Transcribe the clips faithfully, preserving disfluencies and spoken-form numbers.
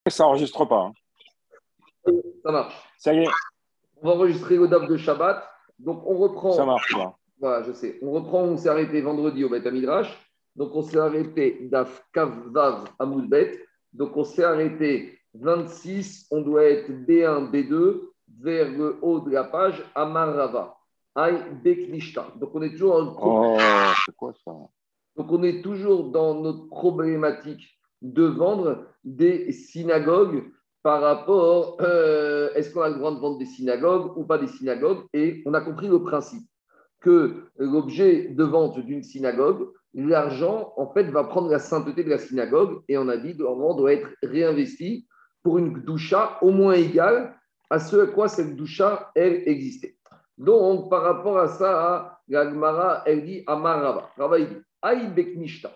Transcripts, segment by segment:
Ça enregistre pas, hein. Ça marche. Ça y est, On va enregistrer le D A F de Shabbat. Donc, on ça reprend. marche là. Voilà, je sais. On reprend, on s'est arrêté vendredi au Beth Midrash. Donc, on s'est arrêté D A F Kav Vav Amud Bet. Donc, on s'est arrêté vingt-six. On doit être B un, B deux, vers le haut de la page, Amar Rava. Aïe Beknishta. Donc, on est toujours dans le problème. Oh, c'est quoi ça? Donc, on est toujours dans notre problématique de vendre des synagogues par rapport, euh, est-ce qu'on a le droit de vendre des synagogues ou pas des synagogues? Et on a compris le principe que l'objet de vente d'une synagogue, l'argent, en fait, va prendre la sainteté de la synagogue et on a dit que l'argent doit être réinvesti pour une doucha au moins égale à ce à quoi cette doucha, elle, existait. Donc, par rapport à ça, la Gemara, elle dit Amarava. Rava, il dit Aïe Beknishta.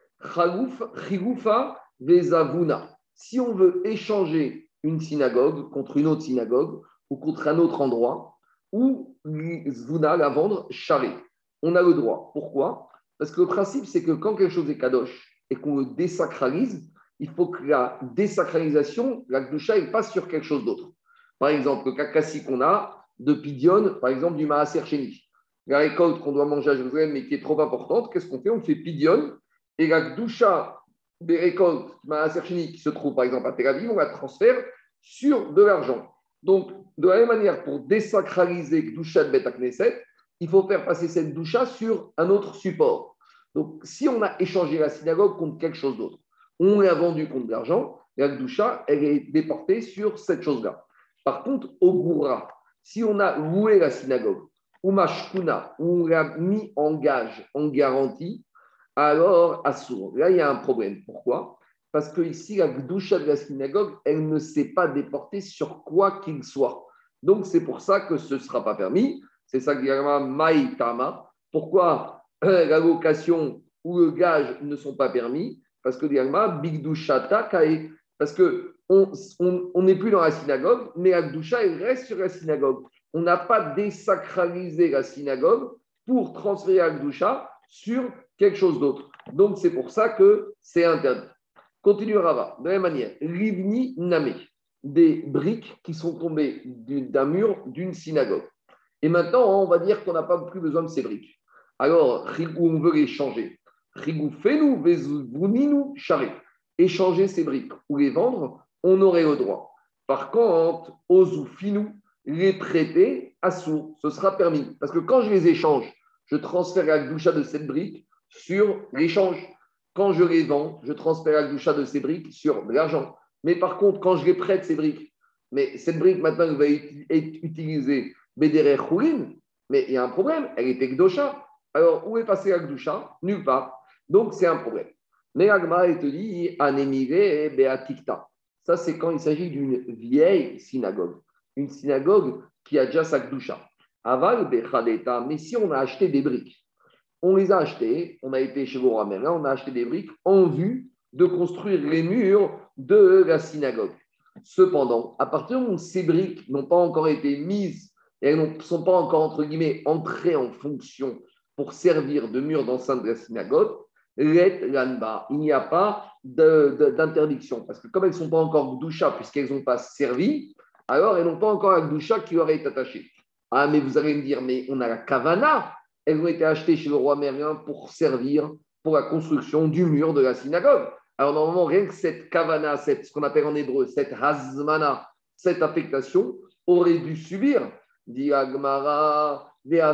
Chiloufa Vezavuna. Si on veut échanger une synagogue contre une autre synagogue ou contre un autre endroit, ou Zvuna la vendre charré, on a le droit. Pourquoi? Parce que le principe, c'est que quand quelque chose est kadosh et qu'on le désacralise, il faut que la désacralisation, la gdusha, elle passe sur quelque chose d'autre. Par exemple, le kakassi qu'on a de Pidion, par exemple du Maaser Sheni. La récolte qu'on doit manger à Jérusalem, mais qui est trop importante, qu'est-ce qu'on fait? On fait Pidion et la gdusha des récoltes Maaser Sheni qui se trouve par exemple à Tel Aviv, on la transfère sur de l'argent. Donc, de la même manière, pour désacraliser Gdusha de Bet Knesset, il faut faire passer cette doucha sur un autre support. Donc, si on a échangé la synagogue contre quelque chose d'autre, on l'a vendu contre de l'argent, la doucha, elle est déportée sur cette chose-là. Par contre, au Goura, si on a loué la synagogue, ou Mashkuna, où on l'a mis en gage, en garantie, alors, Assour, là, il y a un problème. Pourquoi? Parce que ici, la Gdusha de la synagogue, elle ne s'est pas déportée sur quoi qu'il soit. Donc, c'est pour ça que ce ne sera pas permis. C'est ça qu'il y a Maïtama. Pourquoi euh, la location ou le gage ne sont pas permis? Parce que Diagma, Bigdushata Kae. Parce que on on, on n'est plus dans la synagogue, mais la Gdusha, elle reste sur la synagogue. On n'a pas désacralisé la synagogue pour transférer la Gdusha sur quelque chose d'autre. Donc, c'est pour ça que c'est interdit. Continue Rava. De la même manière, Rivni Name, des briques qui sont tombées d'un mur d'une synagogue. Et maintenant, on va dire qu'on n'a pas plus besoin de ces briques. Alors, où on veut les changer. Rigou fenu, vezubuninu, charé. Échanger ces briques ou les vendre, on aurait le droit. Par contre, ozu finu, les prêter à sourd, ce sera permis. Parce que quand je les échange, je transfère la doucha de cette brique sur l'échange. Quand je les vends, je transfère la doucha de ces briques sur de l'argent. Mais par contre, quand je les prête ces briques, mais cette brique maintenant elle va être utilisée Bédérer Khourin, mais il y a un problème, elle était Gdosha. Alors, où est passée la Gdosha? Nulle part. Donc, c'est un problème. Mais Agma, elle te dit Anémiré et Béatikta. Ça, c'est quand il s'agit d'une vieille synagogue. Une synagogue qui a déjà sa Gdosha. Aval Bechadeta. Mais si on a acheté des briques, on les a achetées, on a été chez Gora Merlin, on a acheté des briques en vue de construire les murs de la synagogue. Cependant, à partir du moment où ces briques n'ont pas encore été mises et elles ne sont pas encore, entre guillemets, entrées en fonction pour servir de mur d'enceinte de la synagogue, let lanba, il n'y a pas de, de, d'interdiction. Parce que comme elles ne sont pas encore doucha, puisqu'elles n'ont pas servi, alors elles n'ont pas encore la doucha qui leur est attachée. Ah, mais vous allez me dire, mais on a la kavana. Elles ont été achetées chez le roi Merlin pour servir pour la construction du mur de la synagogue. Alors, normalement, rien que cette kavana, cette, ce qu'on appelle en hébreu, cette hazmana, cette affectation, aurait dû subir, dit Agmara,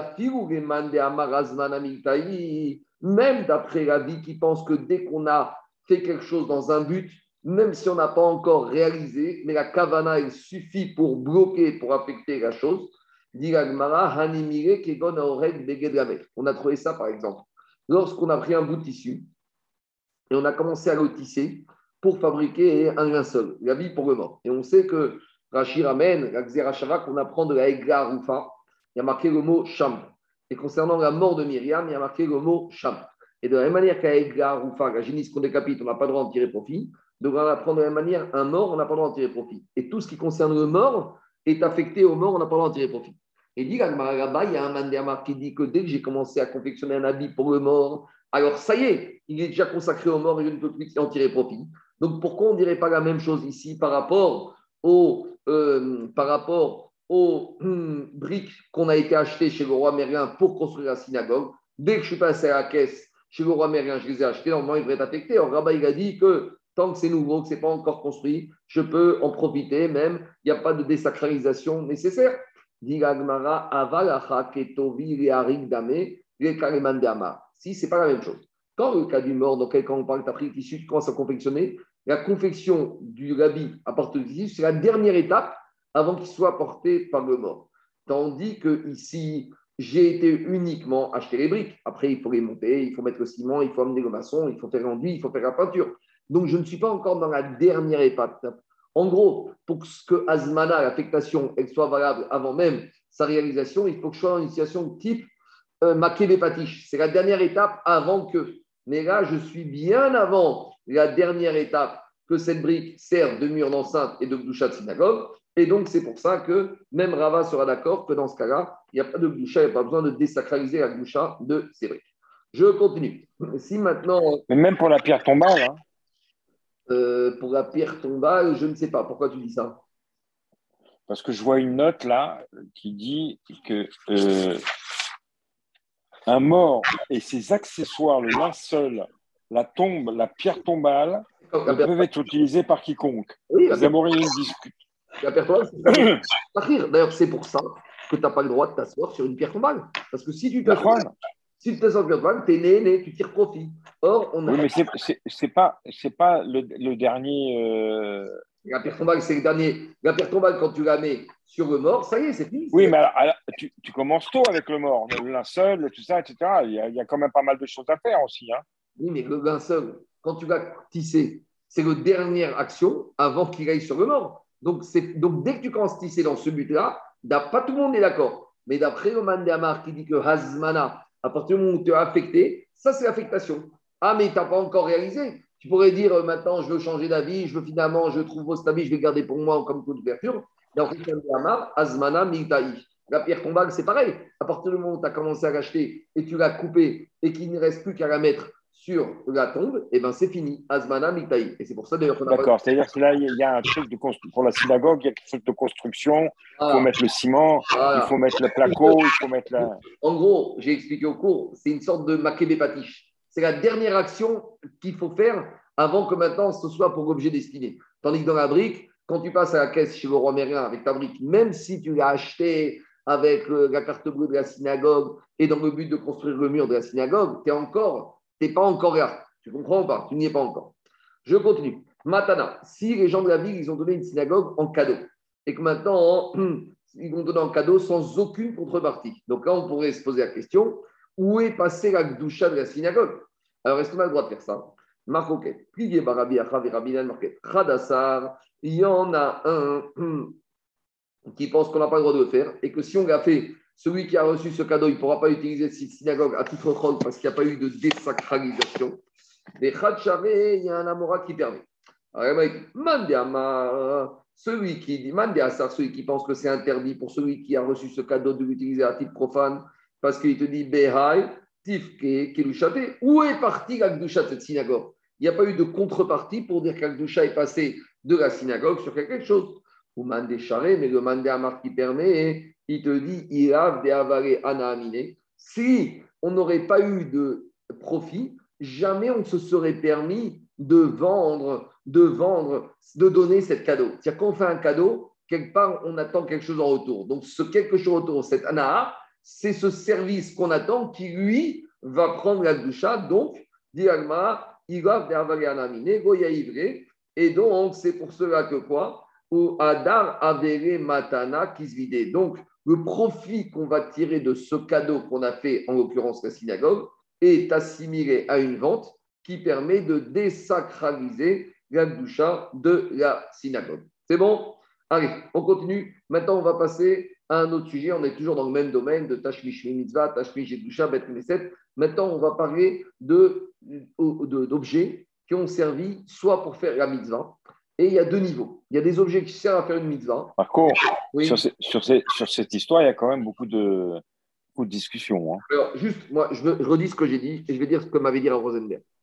même d'après la vie qui pense que dès qu'on a fait quelque chose dans un but, même si on n'a pas encore réalisé, mais la kavana, elle suffit pour bloquer, pour affecter la chose, dit Agmara, Hanimire, Kegon, Oreg, Begedlamet. On a trouvé ça, par exemple, lorsqu'on a pris un bout de tissu, et on a commencé à le tisser pour fabriquer un linceul, la vie pour le mort. Et on sait que Rachid ramène la Xerashava qu'on apprend de la Egla Rufa, il y a marqué le mot Sham. Et concernant la mort de Myriam, il y a marqué le mot Sham. Et de la même manière qu'à Egla Rufa, la génisse qu'on décapite, on n'a pas le droit d'en tirer profit, donc on apprend de la même manière un mort, on n'a pas le droit d'en tirer profit. Et tout ce qui concerne le mort est affecté au mort, on n'a pas le droit d'en tirer profit. Et dit là-bas, il y a un mandéamar qui dit que dès que j'ai commencé à confectionner un habit pour le mort, alors ça y est, il est déjà consacré aux morts et je ne peux plus en tirer profit. Donc, pourquoi on ne dirait pas la même chose ici par rapport aux, euh, par rapport aux hum, briques qu'on a été achetées chez le roi Mérien pour construire la synagogue? Dès que je suis passé à la caisse chez le roi Mérien, je les ai achetés, normalement, ils devraient être affectés. Alors, Rabat, il a dit que tant que c'est nouveau, que ce n'est pas encore construit, je peux en profiter, même, il n'y a pas de désacralisation nécessaire. Dit l'Agmara, avalacha ketovi leharik dame, le kareman de amar. Si, ce n'est pas la même chose. Quand le cas du mort, dans quel cas on parle, tu as pris le tissu, tu commences à confectionner, la confection du habit à partir du tissu, c'est la dernière étape avant qu'il soit porté par le mort. Tandis que ici, j'ai été uniquement acheter les briques. Après, il faut les monter, il faut mettre le ciment, il faut amener le maçon, il faut faire l'enduit, il faut faire la peinture. Donc, je ne suis pas encore dans la dernière étape. En gros, pour que Azmana, l'affectation, elle soit valable avant même sa réalisation, il faut que je sois dans une situation de type euh, maquet patiche. C'est la dernière étape avant que. Mais là, je suis bien avant la dernière étape que cette brique serve de mur d'enceinte et de gdoucha de synagogue. Et donc, c'est pour ça que même Rava sera d'accord que dans ce cas-là, il n'y a pas de gdoucha, il n'y a pas besoin de désacraliser la gdoucha de ces briques. Je continue. Si maintenant. Mais même pour la pierre tombale, hein, Euh, pour la pierre tombale, je ne sais pas. Pourquoi tu dis ça? parce que je vois une note là qui dit que euh, un mort et ses accessoires, le linceul, la tombe, la pierre tombale, La ne pierre... peuvent être utilisés par quiconque. Oui, la Les pierre, Amoréens discutent. la pierre tombale, c'est ça. D'ailleurs, c'est pour ça que tu n'as pas le droit de t'asseoir sur une pierre tombale. Parce que si tu t'assois D'accord. si tu t'assois sur une pierre tombale, tu es né, né, tu tires profit. Or, on a... Oui, mais c'est c'est c'est pas c'est pas le, le dernier. Euh... La pierre tombale, c'est le dernier. La pierre tombale, quand tu la mets sur le mort, ça y est, c'est fini. Oui, C'est... mais alors, alors, tu, tu commences tôt avec le mort, le linceul, tout ça, et cetera. Il y, a, il y a quand même pas mal de choses à faire aussi. Hein. Oui, mais le linceul, quand tu l'as tissé, c'est la dernière action avant qu'il aille sur le mort. Donc, c'est... Donc, dès que tu commences à tisser dans ce but-là, pas tout le monde est d'accord. Mais d'après le Mandéamar qui dit que Hazmana, à partir du moment où tu es affecté, ça, c'est l'affectation. Ah, mais tu n'as pas encore réalisé. Tu pourrais dire euh, maintenant, je veux changer d'avis, je veux finalement, je trouve votre avis, je vais le garder pour moi comme coup d'ouverture. Dans le Mandéamar, Hazmana, Miltaï. La pierre tombale, c'est pareil. À partir du moment où tu as commencé à l'acheter et tu l'as coupée et qu'il ne reste plus qu'à la mettre sur la tombe, et ben c'est fini. Azmana Miktaï. Et c'est pour ça d'ailleurs qu'on a pas. D'accord. C'est-à-dire que là, il y a un truc de constru- pour la synagogue, il y a quelque chose de construction. Il faut Voilà. mettre le ciment, il Voilà. faut mettre le placo, il faut mettre la. En gros, j'ai expliqué au cours, c'est une sorte de makébé patiche. C'est la dernière action qu'il faut faire avant que maintenant ce soit pour l'objet destiné. Tandis que dans la brique, quand tu passes à la caisse chez le roi Mérien avec ta brique, même si tu l'as acheté avec euh, la carte bleue de la synagogue et dans le but de construire le mur de la synagogue, tu n'es encore, t'es pas encore là. Tu comprends ou pas? Tu n'y es pas encore. Je continue. Matana, si les gens de la ville, ils ont donné une synagogue en cadeau et que maintenant, ils vont donner en cadeau sans aucune contrepartie. Donc là, on pourrait se poser la question, où est passée la gdoucha de la synagogue? Alors, est-ce qu'on a le droit de faire ça? Marcoquet, plié barabi achav et rabinan marquet. Khadassar, il y en a un qui pense qu'on n'a pas le droit de le faire et que si on l'a fait, celui qui a reçu ce cadeau, il ne pourra pas utiliser cette synagogue à titre chol parce qu'il n'y a pas eu de désacralisation. Mais Khadcharé, il y a un amora qui permet. Alors, il dit, Mandéama, celui qui dit, Mandéasar, celui qui pense que c'est interdit pour celui qui a reçu ce cadeau de l'utiliser à titre profane, parce qu'il te dit, Behai, Tifke, Kelushate, où est partie la Gdusha de cette synagogue? Il n'y a pas eu de contrepartie pour dire que la Gdusha est passée de la synagogue sur quelque chose. Ou Mandé Charé, mais le Mandéamar qui permet, il te dit, Irav de Avare Anaamine. Si on n'aurait pas eu de profit, jamais on ne se serait permis de vendre, de vendre, de donner cette cadeau. C'est-à-dire qu'on fait un cadeau, quelque part, on attend quelque chose en retour. Donc, ce quelque chose en retour, cette anaa, c'est ce service qu'on attend qui, lui, va prendre la doucha. Donc, dit Agma, il va vers Avarianamine, Goya Ivré. Et donc, c'est pour cela que quoi? Ou Adar Avere Matana qui se vidait. Donc, le profit qu'on va tirer de ce cadeau qu'on a fait, en l'occurrence la synagogue, est assimilé à une vente qui permet de désacraliser la doucha de la synagogue. C'est bon? Allez, on continue. Maintenant, on va passer à un autre sujet. On est toujours dans le même domaine de Tashmish Mitzvah, Tashmish Doucha, Bet Knesset. Maintenant, on va parler de, de, d'objets qui ont servi soit pour faire la mitzvah, et il y a deux niveaux. Il y a des objets qui servent à faire une mitzvah. Par contre, oui. sur, ces, sur, ces, sur cette histoire, il y a quand même beaucoup de, beaucoup de discussions. Hein. Alors, juste, moi, je, veux, je redis ce que j'ai dit et je vais dire ce que m'avait dit Rav Rosenberg.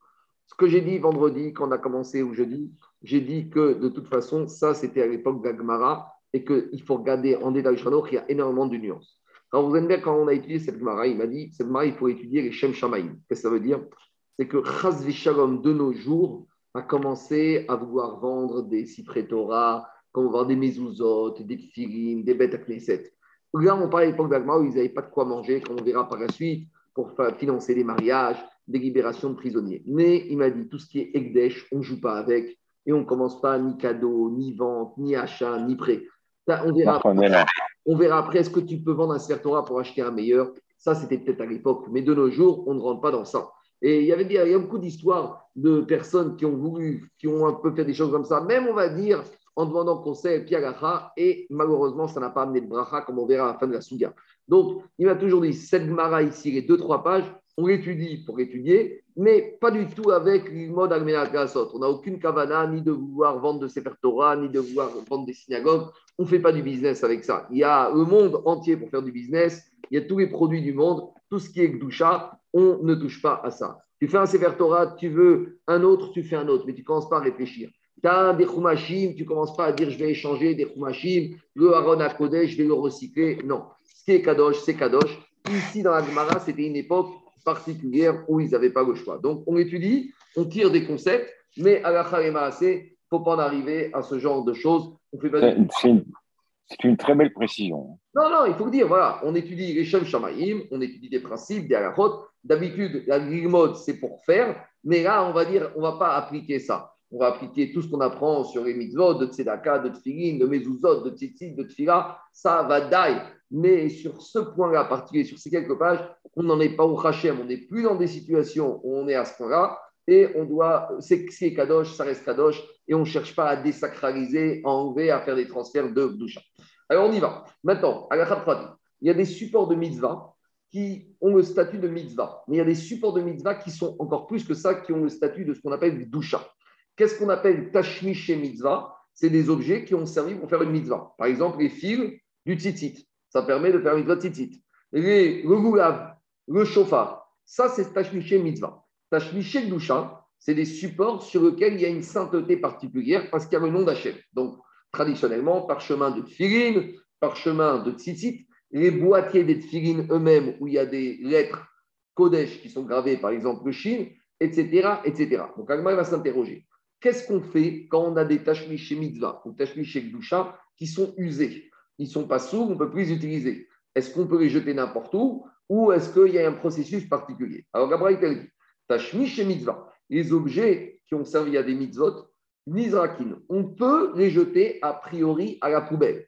Ce que j'ai dit vendredi, quand on a commencé ou jeudi, j'ai dit que de toute façon, ça, c'était à l'époque d'Agmara et qu'il faut regarder en détail Shanoch, il y a énormément de nuances. Alors, vous allez me dire, quand on a étudié cette Gemara, il m'a dit cette Gemara, il faut étudier les Shem Shamaïm. Qu'est-ce que ça veut dire? C'est que Chaz Vishalom de nos jours a commencé à vouloir vendre des Sifrei Torah, comme vendre des mezuzot, des tefilin, des bêtes à Knesset. Là, on parle à l'époque d'Agmara où ils n'avaient pas de quoi manger, comme on verra par la suite, pour financer des mariages, des libérations de prisonniers. Mais il m'a dit, tout ce qui est Ekdesh, on ne joue pas avec et on ne commence pas ni cadeau, ni vente, ni achat, ni prêt. Ça, on verra, on verra après, est-ce que tu peux vendre un Sefer Torah pour acheter un meilleur? Ça, c'était peut-être à l'époque, mais de nos jours, on ne rentre pas dans ça. Et il y avait il y a beaucoup d'histoires de personnes qui ont voulu, qui ont un peu fait des choses comme ça, même on va dire en demandant conseil, piagacha, et malheureusement, ça n'a pas amené de bracha, comme on verra à la fin de la Souga. Donc, il m'a toujours dit, cette Gemara ici, les deux, trois pages, on l'étudie pour étudier, mais pas du tout avec le mode Almenat Gassot. On n'a aucune kavana, ni de vouloir vendre de Sefer Torah, ni de vouloir vendre des synagogues. On ne fait pas du business avec ça. Il y a le monde entier pour faire du business. Il y a tous les produits du monde. Tout ce qui est Gdusha, on ne touche pas à ça. Tu fais un Sefer Torah, tu veux un autre, tu fais un autre, mais tu ne commences pas à réfléchir. Tu as des Chumashim, tu ne commences pas à dire je vais échanger des Chumashim, le Aaron à Kodesh, je vais le recycler. Non. Ce qui est Kadosh, c'est Kadosh. Ici, dans la Gemara, c'était une époque particulière où ils n'avaient pas le choix. Donc, on étudie, on tire des concepts, mais à la Khalema, il ne faut pas en arriver à ce genre de choses. On fait pas c'est, du... c'est, une, c'est une très belle précision. Non, non, il faut le dire, voilà, on étudie les Shem Shamaïm, on étudie des principes, des halachot. D'habitude, la mode, c'est pour faire, mais là, on va dire, on ne va pas appliquer ça. On va appliquer tout ce qu'on apprend sur les mitzvot, de tzedaka, de tfilin, de mezuzot, de tzitzit, de tfila, ça va d'aille. Mais sur ce point-là particulier, sur ces quelques pages, on n'en est pas au Hachem, on n'est plus dans des situations où on est à ce point-là, et on doit, c'est c'est Kadosh, ça reste Kadosh, et on ne cherche pas à désacraliser, à enlever, à faire des transferts de Gdusha. Alors on y va. Maintenant, à la Khatradi, il y a des supports de mitzvah qui ont le statut de mitzvah, mais il y a des supports de mitzvah qui sont encore plus que ça, qui ont le statut de ce qu'on appelle Gdusha. Qu'est-ce qu'on appelle tashmish mitzvah? C'est des objets qui ont servi pour faire une mitzvah. Par exemple, les fils du tzitzit. Ça permet de faire une mitzvah tzitzit. Les, le goulav, le shofar. Ça, c'est tashmish mitzvah. Tashmish gdusha, c'est des supports sur lesquels il y a une sainteté particulière parce qu'il y a le nom d'Hachem. Donc, traditionnellement, parchemin de tfilin, parchemin de tzitzit, les boîtiers des tfilin eux-mêmes où il y a des lettres kodesh qui sont gravées, par exemple le shin, et cetera, et cetera. Donc, Agma va s'interroger. Qu'est-ce qu'on fait quand on a des tashmish mitzvah ou tashmish gdusha qui sont usés? Ils ne sont pas sourds, on ne peut plus les utiliser. Est-ce qu'on peut les jeter n'importe où ou est-ce qu'il y a un processus particulier? Alors, Gabriel te dit, tashmish mitzvah, les objets qui ont servi à des mitzvot, nizrakin, on peut les jeter a priori à la poubelle.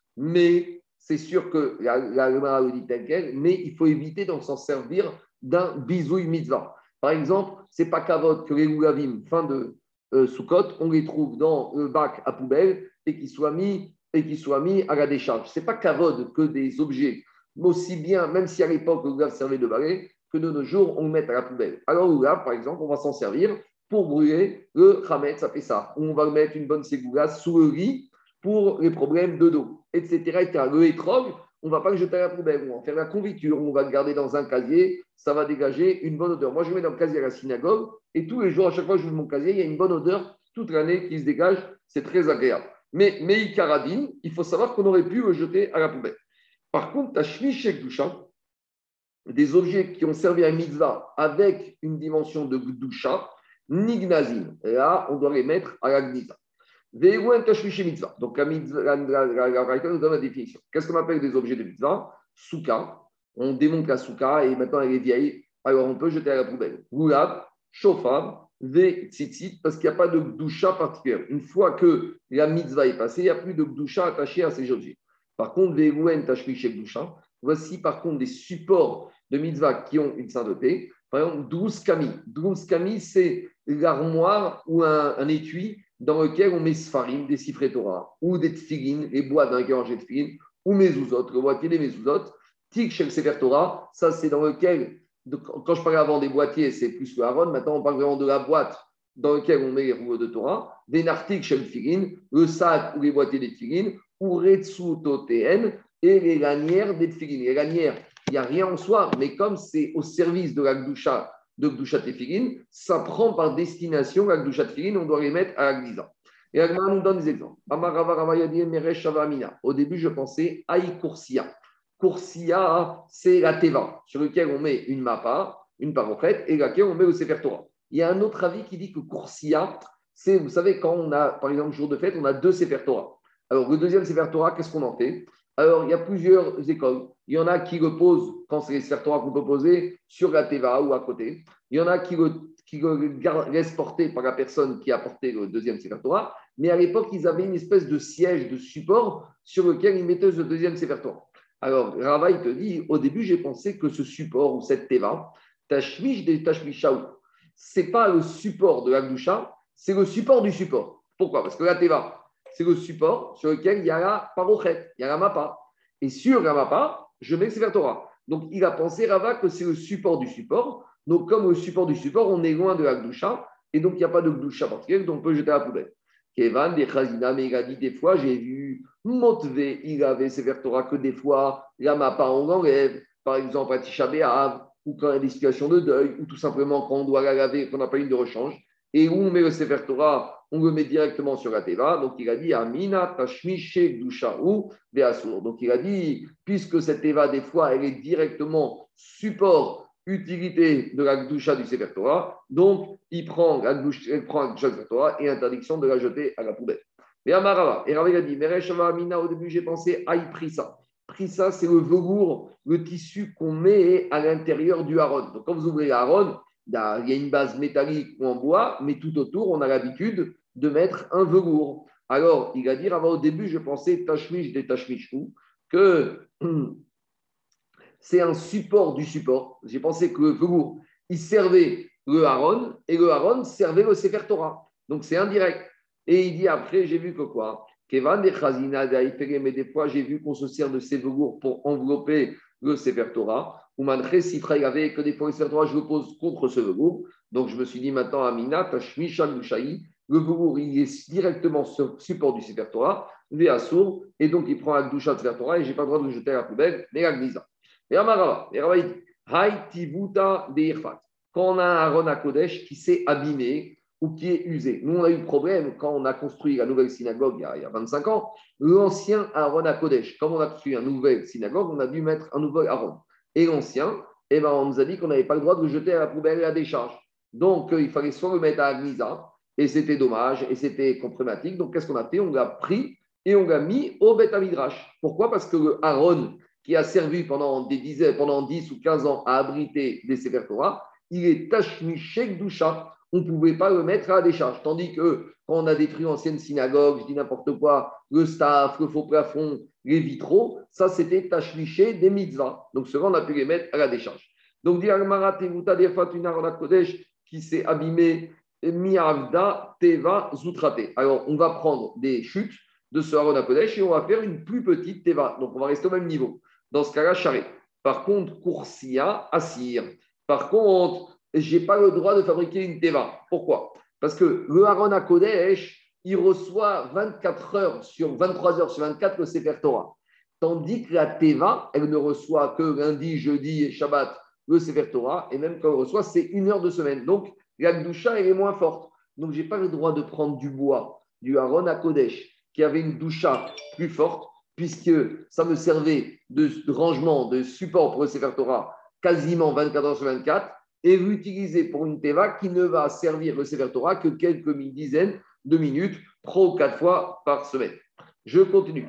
Mais c'est sûr que la Gemara le dit tel quel, mais il faut éviter d'en s'en servir d'un bisouille mitzvah. Par exemple, ce n'est pas kavod que les loulavim, fin de euh, Sukkot, on les trouve dans le bac à poubelle et qu'ils soient mis et qu'ils soient mis à la décharge. Ce n'est pas kavod que des objets, aussi bien, même si à l'époque le loulav servait de balai, que de nos jours on le met à la poubelle. Alors le loulav, par exemple, on va s'en servir pour brûler le chametz, ça fait ça. On va mettre une bonne ségoula sous le lit pour les problèmes de dos, et cetera et cetera. Le hétrog, on ne va pas le jeter à la poubelle, on va faire la confiture, on va le garder dans un casier, ça va dégager une bonne odeur. Moi, je le mets dans le casier à la synagogue et tous les jours, à chaque fois que je ouvre mon casier, il y a une bonne odeur toute l'année qui se dégage, c'est très agréable. Mais Meï Karadine, il faut savoir qu'on aurait pu le jeter à la poubelle. Par contre, Tashmish Gdusha, des objets qui ont servi à mitzvah avec une dimension de Gdusha, Nignazim. Là, on doit les mettre à la Gniza. Donc, la mitzvah, la, la, la, la, la nous donne la définition. Qu'est-ce qu'on appelle des objets de mitzvah? Souka. On démonte la souka et maintenant elle est vieille. Alors, on peut jeter à la poubelle. Roulab, shofar, ve tzitzit, parce qu'il n'y a pas de gdusha particulière. Une fois que la mitzvah est passée, il n'y a plus de gdusha attaché à ces objets. Par contre, ve'ouen tashmish gdusha. Voici par contre des supports de mitzvah qui ont une sainteté. Par exemple, douze kami. douze kami, c'est l'armoire ou un, un étui dans lequel on met sfarim, des sifrei Torah, ou des tfilin, les boîtes dans lesquelles on range des tfilin, ou mezuzot, le boîtier des mezuzot. Tik shel sefer Torah, ça c'est dans lequel, quand je parlais avant des boîtiers, c'est plus le haron, maintenant on parle vraiment de la boîte dans laquelle on met les rouleaux de Torah, des nartik shel tfilin, le sac ou les boîtiers des tfilin, ou retsu totéen, et les lanières des tfilin. Les lanières, il n'y a rien en soi, mais comme c'est au service de la gdusha de Gdushat Tefillin, ça prend par destination la Gdushat Tefillin, on doit les mettre à la Glisa. Et Agmara nous donne des exemples. Amarava Ravayadi Meresh Shavamina. Au début, je pensais Aïe Koursia. Koursia, c'est la Teva, sur lequel on met une mappa, une parocrète, et laquelle on met le Sefer Torah. Il y a un autre avis qui dit que Koursia, c'est, vous savez, quand on a, par exemple, jour de fête, on a deux Sefer Torah. Alors, le deuxième Sefer Torah, qu'est-ce qu'on en fait? Alors, il y a plusieurs écoles. Il y en a qui le posent, quand c'est les Sefer Torah qu'on peut poser, sur la Teva ou à côté. Il y en a qui le, qui le laissent porter par la personne qui a porté le deuxième Sefer Torah. Mais à l'époque, ils avaient une espèce de siège, de support sur lequel ils mettaient le deuxième Sefer Torah. Alors, Rava, il te dit, au début, j'ai pensé que ce support ou cette Teva, Tashmish de Tashmishaou, ce n'est pas le support de la Gdusha, c'est le support du support. Pourquoi? Parce que la Teva, c'est le support sur lequel il y a la parochet, il y a la mappa. Et sur la mappa, je mets le Sefer Torah. Donc, il a pensé, Rava, que c'est le support du support. Donc, comme le support du support, on est loin de la Gdusha, et donc il n'y a pas de Gdusha particulière, donc on peut jeter à la poubelle. Kevan, des Chazina, mais il a dit des fois, j'ai vu Motve, il avait Sefer Torah que des fois, la mappa, on l'enlève, par exemple à Tisha B'Av, ou quand il y a des situations de deuil, ou tout simplement quand on doit la laver, qu'on n'a pas une de rechange, et où on met le Sefer Torah, on le met directement sur la Teva. Donc il a dit Amina Tashmiche Gdushaou Beasur. Donc il a dit, puisque cette Teva, des fois, elle est directement support, utilité de la Gdusha du Sefer Torah, donc il prend la Gdusha, elle prend la Gdusha du Sefer Torah et interdiction de la jeter à la poubelle. Et Amarava, et Rava il a dit Mereshava Amina, au début j'ai pensé Aïe Prissa. Prissa, c'est le velours, le tissu qu'on met à l'intérieur du haron. Donc quand vous ouvrez le haron, il y a une base métallique ou en bois, mais tout autour, on a l'habitude de mettre un velours. Alors, il a dit, Rava, au début, je pensais Tashmish des Tashmishou, que c'est un support du support. J'ai pensé que le velours, il servait le haron, et le haron servait le Sefer Torah. Donc, c'est indirect. Et il dit après, j'ai vu que quoi? Kevan des Chazina, mais des fois, j'ai vu qu'on se sert de ces velours pour envelopper le Sefer Torah. Ou malgré si frère il avait que des fois le Sefer Torah, je le pose contre ce velours. Donc, je me suis dit maintenant, Amina, Tashmisha Gdushaï, le velours, il est directement sur support du Sefer Torah, Véasour, et donc il prend la Gdusha de Sefer Torah, et je n'ai pas le droit de le jeter à la poubelle, mais la Gnisa. Et Amarava, et Rava, il dit, Haïtivuta de Irfat. Quand on a un Aaron à Kodesh qui s'est abîmé, ou qui est usé. Nous, on a eu le problème quand on a construit la nouvelle synagogue il y a, il y a vingt-cinq ans. L'ancien Aaron à Kodesh, comme on a construit une nouvelle synagogue, on a dû mettre un nouvel Aaron. Et l'ancien, eh ben, on nous a dit qu'on n'avait pas le droit de le jeter à la poubelle et à la décharge. Donc, euh, il fallait soit le mettre à Agnisa, et c'était dommage, et c'était problématique. Donc, qu'est-ce qu'on a fait? On l'a pris et on l'a mis au Beth Midrash. Pourquoi? Parce que le Aaron, qui a servi pendant, des dizaines, pendant dix ou quinze ans à abriter des Sefer Torah, il est Tashmiché Gdusha. On ne pouvait pas le mettre à la décharge. Tandis que quand on a détruit l'ancienne synagogue, je dis n'importe quoi, le staff, le faux plafond, les vitraux, ça c'était tachmiché des mitzvahs. Donc cela, on a pu les mettre à la décharge. Donc, dit Agmara Tevuta Defat une Aaron Kodesh qui s'est abîmé, Miavda Teva Zutrate. Alors, on va prendre des chutes de ce Aaron Kodesh et on va faire une plus petite Teva. Donc, on va rester au même niveau. Dans ce cas-là, charré. Par contre, Koursia, Assir. Par contre, je n'ai pas le droit de fabriquer une Teva. Pourquoi? Parce que le Aaron à Kodesh, il reçoit vingt-quatre heures sur vingt-trois heures sur vingt-quatre le Sefer Torah. Tandis que la Teva, elle ne reçoit que lundi, jeudi et Shabbat le Sefer Torah. Et même quand elle reçoit, c'est une heure de semaine. Donc, la Gdusha, elle est moins forte. Donc, je n'ai pas le droit de prendre du bois, du Aaron à Kodesh, qui avait une Gdusha plus forte, puisque ça me servait de, de rangement, de support pour le Sefer Torah quasiment vingt-quatre heures sur vingt-quatre. Et l'utiliser pour une Teva qui ne va servir le Sefer Torah que quelques dizaines de minutes, trois ou quatre fois par semaine. Je continue.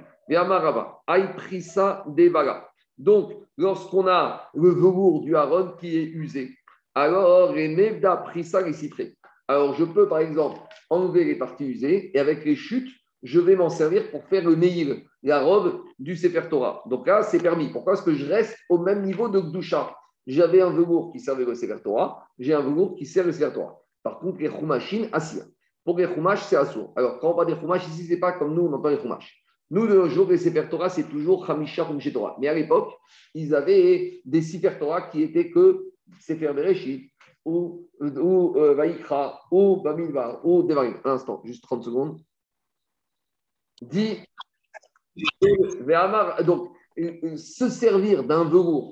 Donc, lorsqu'on a le velours du Aaron qui est usé, alors les Nevda Prissa les cyprès. Alors, je peux par exemple enlever les parties usées et avec les chutes, je vais m'en servir pour faire le Neil, la robe du Sefer Torah. Donc là, c'est permis. Pourquoi? Parce que je reste au même niveau de Gdusha. J'avais un velours qui servait le Sefer Torah, j'ai un velours qui sert le Sefer Torah. Par contre, les Chumashim, Assir. Pour les Chumash, c'est Assour. Alors, quand on parle des Chumash, ici, ce n'est pas comme nous, on entend les Chumash. Nous, de nos jours, les Sefer Torah, c'est toujours Chamisha Chumshe Torah. Mais à l'époque, ils avaient des Sefer Torah qui étaient que Sefer Bereshit, ou, ou euh, Vaikra, ou Bamidbar, ou Devarim. Un instant, juste trente secondes. Dit, donc, se servir d'un velours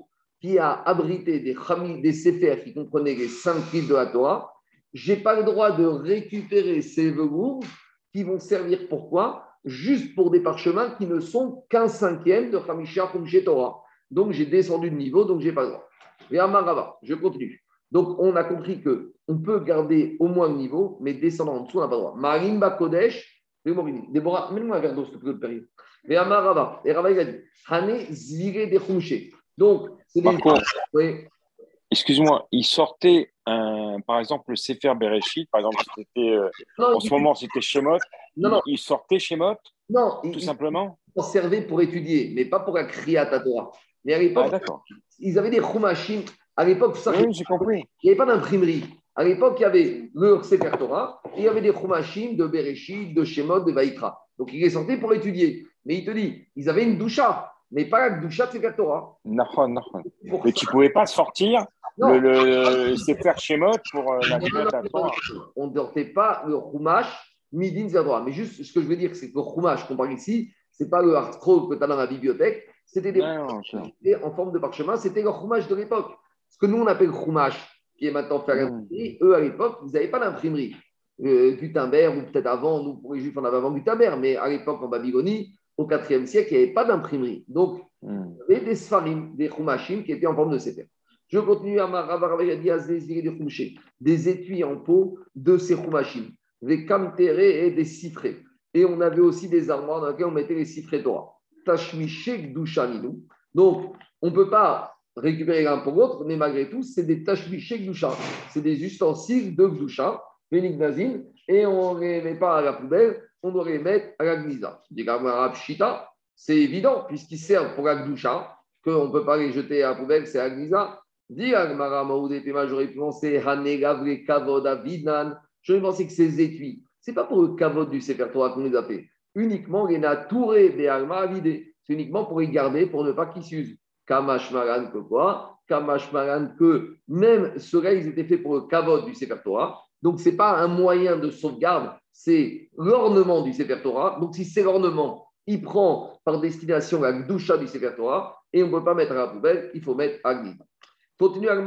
qui a abrité des, chami, des séphers qui comprenaient les cinq livres de la Torah, je n'ai pas le droit de récupérer ces velours qui vont servir pourquoi? Juste pour des parchemins qui ne sont qu'un cinquième de Hamisha Kumshe Torah. Donc, j'ai descendu de niveau, donc je n'ai pas le droit. Et Amarava, je continue. Donc, on a compris qu'on peut garder au moins le niveau, mais descendre en dessous, on n'a pas le droit. Marimba Kodesh, Déborah, mets-moi un verre d'eau, s'il te plaît, de Péri. Et Amarava, et Rava, il a dit Hane Zvire de Kumshe. Donc, c'est des. Marco, Oui. excuse-moi, il sortait, un, par exemple, le Sefer Bereshit, par exemple, c'était, euh, Non, en il- ce moment, c'était Shemot. non, Il, non, il sortait Shemot, non, tout il, simplement. s'en servait pour étudier, mais pas pour la Kriyat Torah. Mais à Ah, l'époque, d'accord. ils avaient des Chumashim. À l'époque, ça, Oui, oui, j'ai compris. il n'y avait pas d'imprimerie. À l'époque, il y avait le Sefer Torah et il y avait des Chumashim de Bereshit, de Shemot, de Vaïkra. Donc, il est sorti pour étudier. Mais il te dit, ils avaient une doucha, mais pas la doucha de Sefer Torah. Nahon, nahon. Pour Mais ça, tu ne pouvais pas sortir le, non, le Sefer Shemot pour euh, non, la non, Kriyat non, non, Torah. non. On ne sortait pas le Chumash midin Sefer Torah. Mais juste, ce que je veux dire, c'est que le Chumash qu'on parle ici, ce n'est pas le hard scroll que tu as dans la bibliothèque, c'était des Non, ok. en forme de parchemin, c'était le chumash de l'époque. Ce que nous, on appelle chumash, qui est maintenant fait à Hmm. l'imprimerie, eux, à l'époque, ils n'avaient pas d'imprimerie. Euh, Gutenberg, ou peut-être avant, nous, pour les Juifs, on avait avant Gutenberg, mais à l'époque, en Babylonie, au quatrième siècle, il n'y avait pas d'imprimerie. Donc, Hmm. il y avait des sfarim, des chumashim qui étaient en forme de sefer. Je continue à Maravarabadiaz des des étuis en peau de ces chumashim, des kamterés et des cifrés. Et on avait aussi des armoires dans lesquelles on mettait les cifrés Torah. Tashmichek Dushaninu. Donc, on ne peut pas récupérer l'un pour l'autre, mais malgré tout, c'est des tashmichek Gdusha. C'est des ustensiles de Gdusha, Vénignazine, et on ne les met pas à la poubelle, on doit les mettre à la Gnisa. Des Gamara Pshita, c'est évident, puisqu'ils servent pour la Gdusha, qu'on ne peut pas les jeter à la poubelle, c'est à la Gnisa. Dis Agmara Maoudé Pema, j'aurais pu penser Hanegavre Kavod Avidnan. J'aurais pensé que ces étuis, ce n'est pas pour le Kavod du Sefer Torah qu'on les a fait. Uniquement les Natouré des Alma à vider. C'est uniquement pour les garder, pour ne pas qu'ils s'usent. Kamash Maran que quoi? Kamash Maran que même ceux-là, ils étaient faits pour le Kavod du Sefer Torah. Donc, ce n'est pas un moyen de sauvegarde, c'est l'ornement du Sefer Torah. Donc, si c'est l'ornement, il prend par destination la Gdusha du Sefer Torah et on ne peut pas mettre à la poubelle, il faut mettre à Gnida. Continue à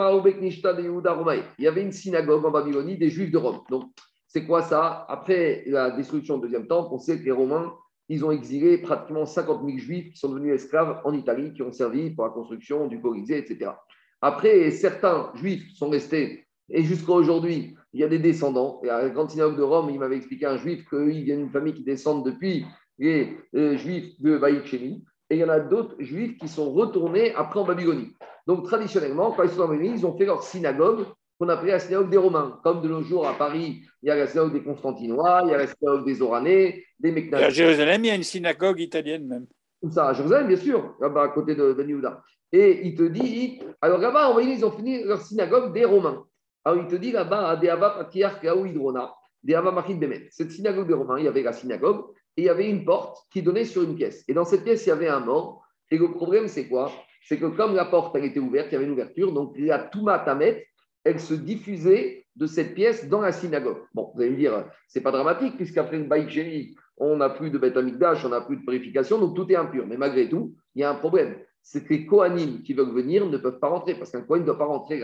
Il y avait une synagogue en Babylonie des Juifs de Rome. Donc, c'est quoi ça? Après la destruction du deuxième temple, on sait que les Romains, ils ont exilé pratiquement cinquante mille Juifs qui sont devenus esclaves en Italie, qui ont servi pour la construction du Colisée, et cetera. Après, certains Juifs sont restés, et jusqu'à aujourd'hui, il y a des descendants. Et à la grande synagogue de Rome, il m'avait expliqué un Juif qu'il y a une famille qui descend depuis les euh, Juifs de Vaïchémi, et il y en a d'autres Juifs qui sont retournés après en Babylonie. Donc, traditionnellement, quand ils sont en Babylonie, ils ont fait leur synagogue qu'on appelait la synagogue des Romains. Comme de nos jours, à Paris, il y a la synagogue des Constantinois, il y a la synagogue des Oranais, des Et à Meknasiens. Jérusalem, il y a une synagogue italienne même. Tout ça, à Jérusalem, bien sûr, là-bas à côté de Ben Yehuda. Et il te dit, alors là-bas, en Babylonie, ils ont fini leur synagogue des Romains. Alors il te dit là-bas, à Deava Patriarch Kaou Hydrona, Deava Machid Bemet. Cette synagogue des Romains, il y avait la synagogue et il y avait une porte qui donnait sur une pièce. Et dans cette pièce, il y avait un mort. Et le problème, c'est quoi? C'est que comme la porte, elle était ouverte, il y avait une ouverture, donc la Touma Tamet, elle se diffusait de cette pièce dans la synagogue. Bon, vous allez me dire, c'est pas dramatique, puisqu'après le Baïk Sheni, on n'a plus de Beth Amikdash, on n'a plus de purification, donc tout est impur. Mais malgré tout, il y a un problème. C'est que les Kohanim qui veulent venir ne peuvent pas rentrer, parce qu'un Kohen ne doit pas rentrer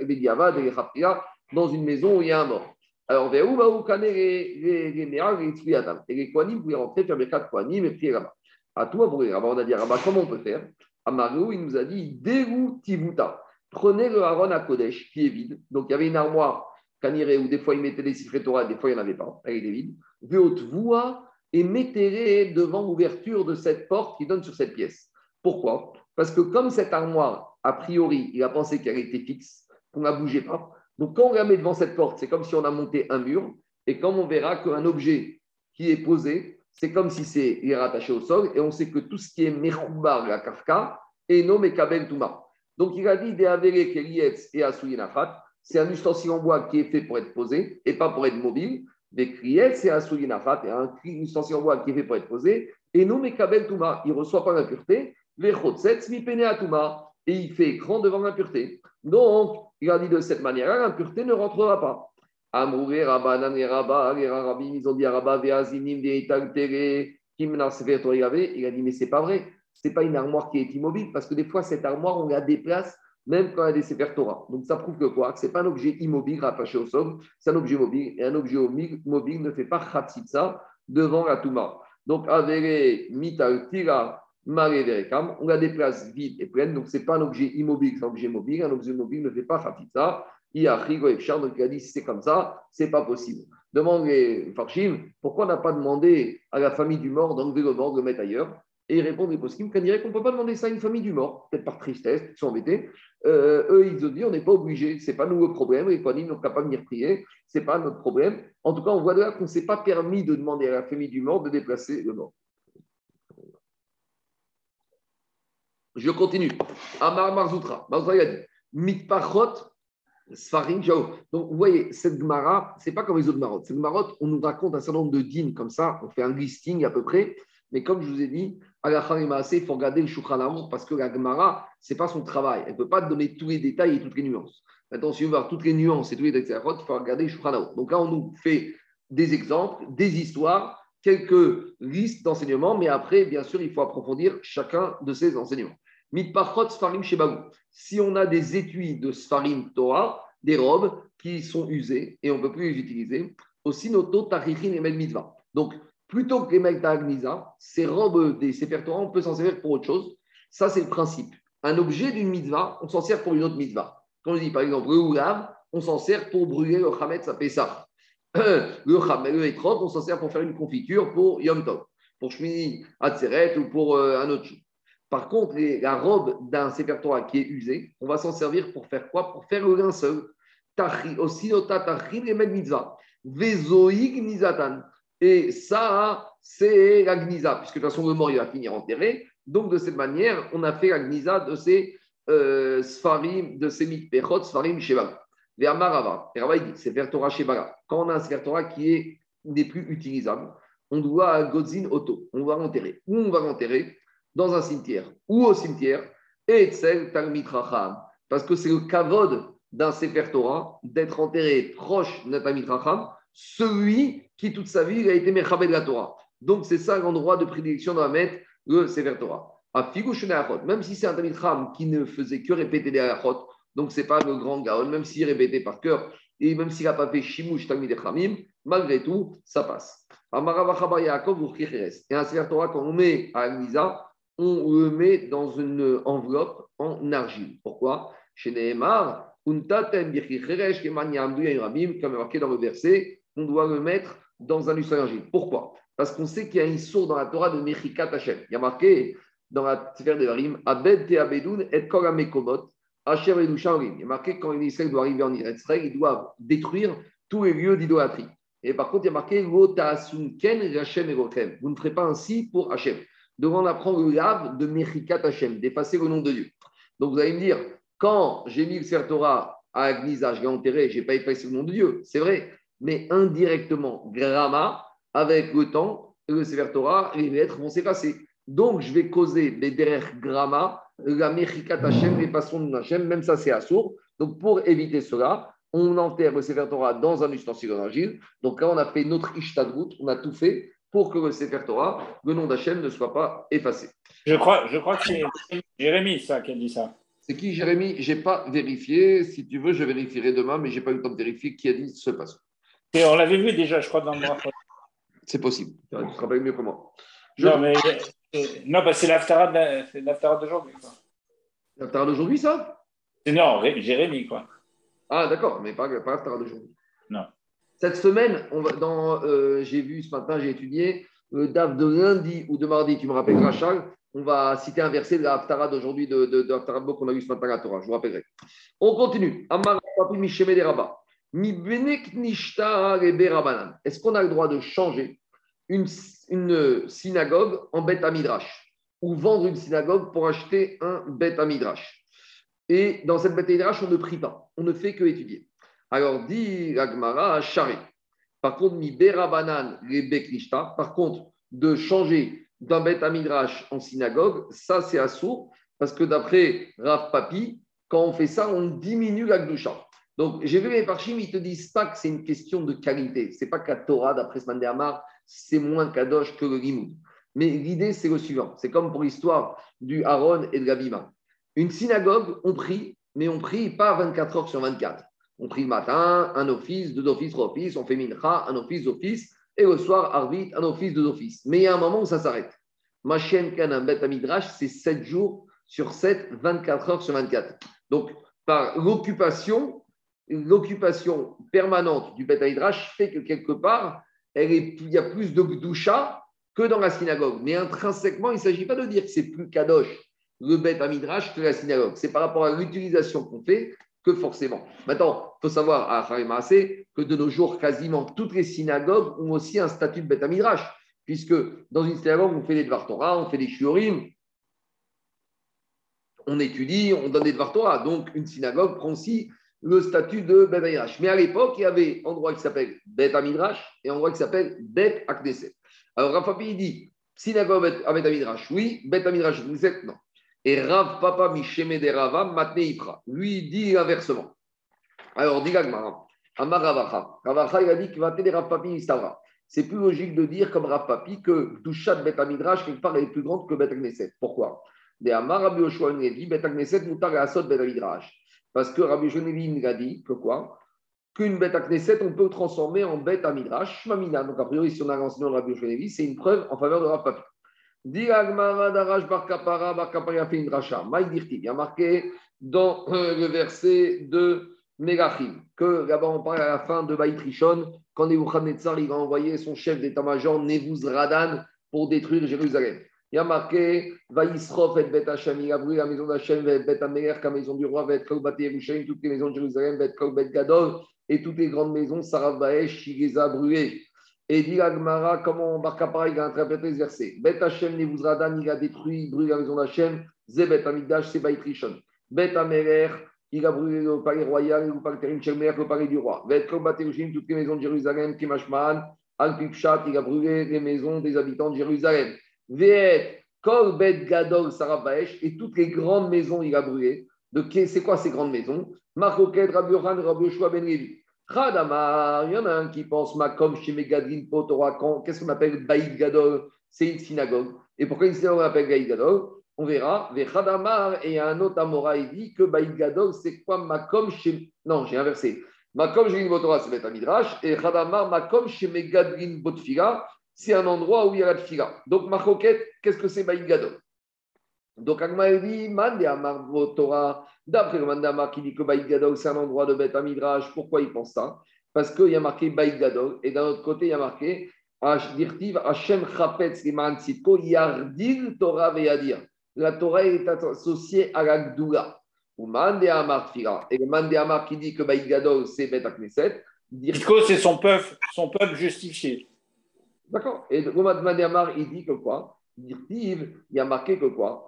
dans une maison où il y a un mort. Alors, vers où va où et les Kohanim pouvaient rentrer, faire les quatre Kohanim et prier là-bas. À tout à brûler. On a dit, comment on peut faire? Amaru, il nous a dit, Déou Tivuta. Prenez le Haron à Kodesh, qui est vide. Donc, il y avait une armoire canirée où des fois, il mettait des siffrets Torah, des fois, il n'y en avait pas. Elle était vide. Veot voix et mettez-les devant l'ouverture de cette porte qui donne sur cette pièce. Pourquoi? Parce que comme cette armoire, a priori, il a pensé qu'elle était fixe, qu'on ne la bougeait pas. Donc, quand on la met devant cette porte, c'est comme si on a monté un mur. Et comme on verra qu'un objet qui est posé, c'est comme si c'est, il est rattaché au sol. Et on sait que tout ce qui est Mechoubar, la Kafka, est nommé Kabel Touma. Donc, il a dit des Avere Kelietz et Asuyinafat. C'est un ustensile en bois qui est fait pour être posé et pas pour être mobile. Des Krietz et Asuyinafat, et un ustensile en bois qui est fait pour être posé. Et nommé Kabel Touma. Il ne reçoit pas l'impureté. Les Chotsetz mi pene Touma. Et il fait écran devant l'impureté. Donc, il a dit de cette manière-là, l'impureté ne rentrera pas. Amroué, Rabbanan et Rabba, les Rabbim, ils ont dit à Rabba, Veazinim, Veital Tere, Kimnar Sefer Torah. Il a dit, mais ce n'est pas vrai. Ce n'est pas une armoire qui est immobile, parce que des fois, cette armoire, on la déplace même quand il y a des Sefer Torah. Donc ça prouve que quoi? Que ce n'est pas un objet immobile rattaché au sol, c'est un objet mobile. Et un objet mobile ne fait pas Khatsitsa devant la Touma. Donc, Avere, Mital, Tira, Mare, Verekam, on a des places vides et pleines. Donc, ce n'est pas un objet immobile, c'est un objet mobile. Un objet mobile ne fait pas Khatsitsa. Iachigo et Pshar, donc il a dit si c'est comme ça, ce n'est pas possible. Demande les Farshim, pourquoi on n'a pas demandé à la famille du mort d'enlever le mort, de le mettre ailleurs? Et ils répondent les poskim qu'on dirait qu'on ne peut pas demander ça à une famille du mort, peut-être par tristesse, ils sont embêtés. Euh, eux, ils ont dit on n'est pas obligé, ce n'est pas nous le problème, les Kohanim n'ont qu'à pas venir prier, ce n'est pas notre problème. En tout cas, on voit de là qu'on ne s'est pas permis de demander à la famille du mort de déplacer le mort. Je continue. Amar Marzoutra, Marzoutra il a dit Mitpachot, Sfarim, Jao. Donc, vous voyez, cette Gemara, ce n'est pas comme les autres Marot. Cette Gemara, on nous raconte un certain nombre de dînes comme ça, on fait un listing à peu près. Mais comme je vous ai dit, à la fin il faut regarder le Shulchan Arour parce que la Gemara, ce n'est pas son travail. Elle ne peut pas donner tous les détails et toutes les nuances. Maintenant, si on veut voir toutes les nuances et tous les détails, il faut regarder le Shulchan Arour. Donc là, on nous fait des exemples, des histoires, quelques listes d'enseignements, mais après, bien sûr, il faut approfondir chacun de ces enseignements. Mitpachot Sfarim Shebaou. Si on a des étuis de Sfarim Torah, des robes qui sont usées et on ne peut plus les utiliser, aussi noto Tarichin et Mel Mitzvah. Donc, plutôt que les mecs d'Agniza, ces robes des Sefer Torah, on peut s'en servir pour autre chose. Ça, c'est le principe. Un objet d'une mitzvah, on s'en sert pour une autre mitzvah. Quand je dis, par exemple, le oulav, on s'en sert pour brûler le chametz à Pessah. Le chametz, le etrog, on s'en sert pour faire une confiture pour Yom Tov, pour Shmini Atzeret ou pour euh, un autre chose. Par contre, les, la robe d'un Sefer Torah qui est usée, on va s'en servir pour faire quoi? Pour faire le linceul. Aussi, nota tachin et med mitzvah. Vezoig nizatan. Et ça, c'est la Gniza, puisque de toute façon, le mort, il va finir enterré. Donc, de cette manière, on a fait la Gniza de ces euh, Sfarim, de ces mitpechot, Sfarim, Shebala. Et Amarava, et Rava, il dit, Sefer Torah Shebala. Quand on a un Sefer Torah qui est, n'est plus utilisable, on doit à Godzin Auto, on va l'enterrer. Où on va l'enterrer? Dans un cimetière ou au cimetière. Et Etzel Talmid Racham, parce que c'est le kavod d'un Sefer Torah d'être enterré proche d'un Talmid Racham, celui qui, toute sa vie, il a été Mechabé de la Torah. Donc, c'est ça l'endroit de prédilection dans la mettre le Sefer Torah. À Figouchene Achot, même si c'est un Talmid Chacham qui ne faisait que répéter des Achot, donc ce n'est pas le grand Gaon, même s'il répétait par cœur, et même s'il n'a pas fait Shimush Talmid Chamim, malgré tout, ça passe. Et un Sefer Torah, quand on met à Agniza, on le met dans une enveloppe en argile. Pourquoi? Chez Nehemar, comme marqué dans le verset, on doit le mettre dans un ustensile argile. Pourquoi? Parce qu'on sait qu'il y a une source dans la Torah de Mechikat Hashem. Il y a marqué dans la Sefer Devarim, Abed te Abedun et Kol HaMekomot, Asher Edusha Orim. Il y a marqué quand Israël doit arriver en Israël, ils doivent détruire tous les lieux d'idolâtrie. Et par contre, il y a marqué Lo Ta'asun Ken Hashem Elokem. Vous ne ferez pas ainsi pour Hashem. Devant on apprend le lave de Mechikat Hashem, d'effacer le nom de Dieu. Donc vous allez me dire, quand j'ai mis le Sefer Torah à Agniza, je l'ai enterré, je n'ai pas effacé le nom de Dieu, c'est vrai. Mais indirectement, Grama, avec le temps, le Sefer Torah, les lettres vont s'effacer. Donc, je vais causer des derrière Grama, la Mechikat Hashem, les passions de Hashem, même ça c'est assourd. Donc, pour éviter cela, on enterre le Sefer Torah dans un ustensile en argile. Donc là, on a fait notre Ishtadrut, on a tout fait pour que le Sefer Torah, le nom d'Hachem, ne soit pas effacé. Je crois, je crois que c'est Jérémie ça, qui a dit ça. C'est qui, Jérémie? Je n'ai pas vérifié. Si tu veux, je vérifierai demain, mais je n'ai pas eu le temps de vérifier qui a dit ce passage. Et on l'avait vu déjà, je crois, dans le mois. C'est possible. Tu te rappelles mieux que moi. Je... Non, mais non, bah, c'est l'Aftara de... d'aujourd'hui. L'Aftara d'aujourd'hui, ça? Non, Jérémie, quoi. Ah, d'accord, mais pas, pas l'Aftara d'aujourd'hui. Non. Cette semaine, on va dans, euh, j'ai vu ce matin, j'ai étudié le D A F de lundi ou de mardi, tu me rappelleras, Charles. On va citer un verset de la Haftara d'aujourd'hui, de, de, de l'Haftara qu'on a vu ce matin à la Torah. Je vous rappellerai. On continue. Est-ce qu'on a le droit de changer une, une synagogue en Beth Midrash ou vendre une synagogue pour acheter un Beth Midrash? Et dans cette Beth Midrash, on ne prie pas. On ne fait que étudier. Alors, dit la Gemara, Charé. Par contre, mi berabanan les beknishta. Par contre, de changer d'un Beth Midrash en synagogue, ça c'est assourd, parce que d'après Rav Papi, quand on fait ça, on diminue la Gdusha. Donc, j'ai vu les parchim, ils te disent pas que c'est une question de qualité. C'est pas qu'à Torah, d'après Sman Amar, c'est moins kadosh que le limoud. Mais l'idée, c'est le suivant. C'est comme pour l'histoire du Aaron et de la Bima. Une synagogue, on prie, mais on prie pas vingt-quatre heures sur vingt-quatre. On prie le matin, un office, deux offices, trois offices, on fait mincha, un office, deux offices, et le soir, arbitre, un office, deux offices. Mais il y a un moment où ça s'arrête. Ma chienne Kanam Bet Amidrash, c'est sept jours sur sept, vingt-quatre heures sur vingt-quatre. Donc, par l'occupation, l'occupation permanente du Bet Amidrash fait que quelque part, elle est, il y a plus de Gdusha que dans la synagogue. Mais intrinsèquement, il ne s'agit pas de dire que c'est plus Kadosh le Bet Amidrash que la synagogue. C'est par rapport à l'utilisation qu'on fait que forcément. Maintenant, il faut savoir à Harim que de nos jours, quasiment toutes les synagogues ont aussi un statut de Bet Amidrash, puisque dans une synagogue, on fait des Dvar Torah, on fait des Shiurim, on étudie, on donne des Dvar Torah. Donc, une synagogue prend aussi le statut de Bet Amidrash. Mais à l'époque, il y avait un endroit qui s'appelle Bet Amidrash et un endroit qui s'appelle Bet Akneset. Alors, Rafapi, il dit synagogue à Bet Amidrash, oui, Bet Amidrash, Akneset, non. Et Rav Papa Misheme de Rava Matne Ipra. Lui, il dit inversement. Alors, dit Gagmara, Amar Ravacha. Ravacha, il a dit qu'il va t'aider Rav Papi Nistavra. C'est plus logique de dire, comme Rav Papi, que Douchat Bet Amidrash, quelque part, elle est plus grande que Bet Akneset. Pourquoi? De Amar Rabbi Yoshua Nevi, Bet Akneset, Moutar et Asot Bet Amidrash. Parce que Rabbi Yoshua Nevi nous a dit que quoi? Qu'une Bet Akneset, on peut transformer en Bet Amidrash, Shmamina. Donc, a priori, si on a l'enseignement de Rabbi Yoshua Nevi, c'est une preuve en faveur de Rav Papi. Il y a marqué dans le verset de Mélachim que là-bas on parle à la fin de Baït Rishon quand Nebuchadnezzar il a envoyé son chef d'état-major Nebuzradan pour détruire Jérusalem. Il y a marqué Vaïsrof et Bet Hashem, il a brûlé la maison d'Hachem, Bet Amelech, la maison du roi, Bet Kol Bate Yerushalayim, toutes les maisons de Jérusalem, Bet Kol Bet Gadol et toutes les grandes maisons, Saraf Baesh, il les a brûlées. Et dit Agmara, comment Barkapara il a interprété ce verset? Bet Hashem Nebuzradan, il a détruit, brûlé la maison d'Hachem, Zé Bet Amigdash, c'est Baït Rishon. Bet Amelech, il a brûlé le palais royal, le palais Terim Shelmer, le palais du roi. Bet Kol Bate Yerushalayim, toutes les maisons de Jérusalem, Kimashman, Al-Pipshat, il a brûlé les maisons des habitants de Jérusalem. Ve'et Kol Bet Gadol Saraf Baesh, et toutes les grandes maisons, il a brûlé. De c'est quoi ces grandes maisons? Marcoquet, Rabbi Yohan, Rabbi Yoshua Ben Levi. Khadamar, il y en a un qui pense Makom chez Megadrin Potora. Qu'est-ce qu'on appelle Baïd Gadol? C'est une synagogue. Et pourquoi une synagogue appelle Baïd Gadol? On verra. Ve Khadamar, et il y a un autre Amora, il dit que Baïd Gadol, c'est quoi Makom chez. Non, j'ai inversé. Makom chez Potora, c'est Beth Midrash. Et Khadamar, Makom chez Megadrin Botfila, c'est un endroit où il y a la Tfila. Donc, Machoket, qu'est-ce que c'est Baïd Gadol? Donc, Agma dit, Mande Amar Torah, d'après le Mandama qui dit que Baïd Gadol, c'est un endroit de Beth Midrash. Pourquoi il pense ça? Parce qu'il y a marqué Baïd Gadol, et d'un autre côté, il y a marqué Dirtiv Hashem Chapetz Liman Sitko Yardil Torah Veyadir. La Torah est associée à la Gdoula. Ou Mande Amar Tfila. Et le Mande Amar qui dit que Baïd Gadol, c'est Beth Knesset. Sitko, c'est son peuple, son peuple justifié. D'accord. Et le Mande Amar, il dit que quoi? Dirtiv, il y a marqué que quoi?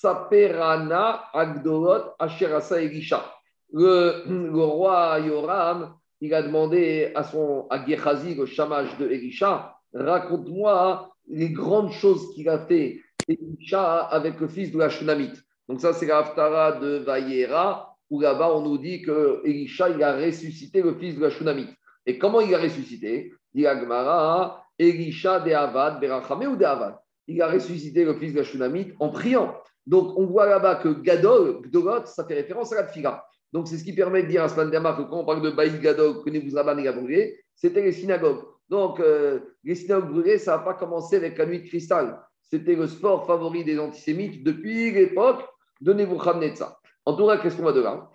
Saperana Agdolot Asherasa Elisha. Le, le roi Yoram, il a demandé à son à Gehazi, le chamash de Elisha, raconte-moi les grandes choses qu'il a fait Elisha avec le fils de la Shunamite. Donc ça, c'est la Haftara de Vayera, où là-bas, on nous dit que Elisha, il a ressuscité le fils de la Shunamite. Et comment il a ressuscité? Dit Agmara, Elisha de Avad, Berachame ou de Avad. Il a ressuscité le fils de la Shunamite en priant. Donc, on voit là-bas que Gadol, Gdolot, ça fait référence à la Tfila. Donc, c'est ce qui permet de dire à Spandama que quand on parle de Baïd Gadol, que Nebuzradan il a brûlé, c'était les synagogues. Donc, euh, les synagogues brûlées, ça n'a pas commencé avec la nuit de cristal. C'était le sport favori des antisémites depuis l'époque de Nebuchadnezzar. En tout cas, qu'est-ce qu'on va de là?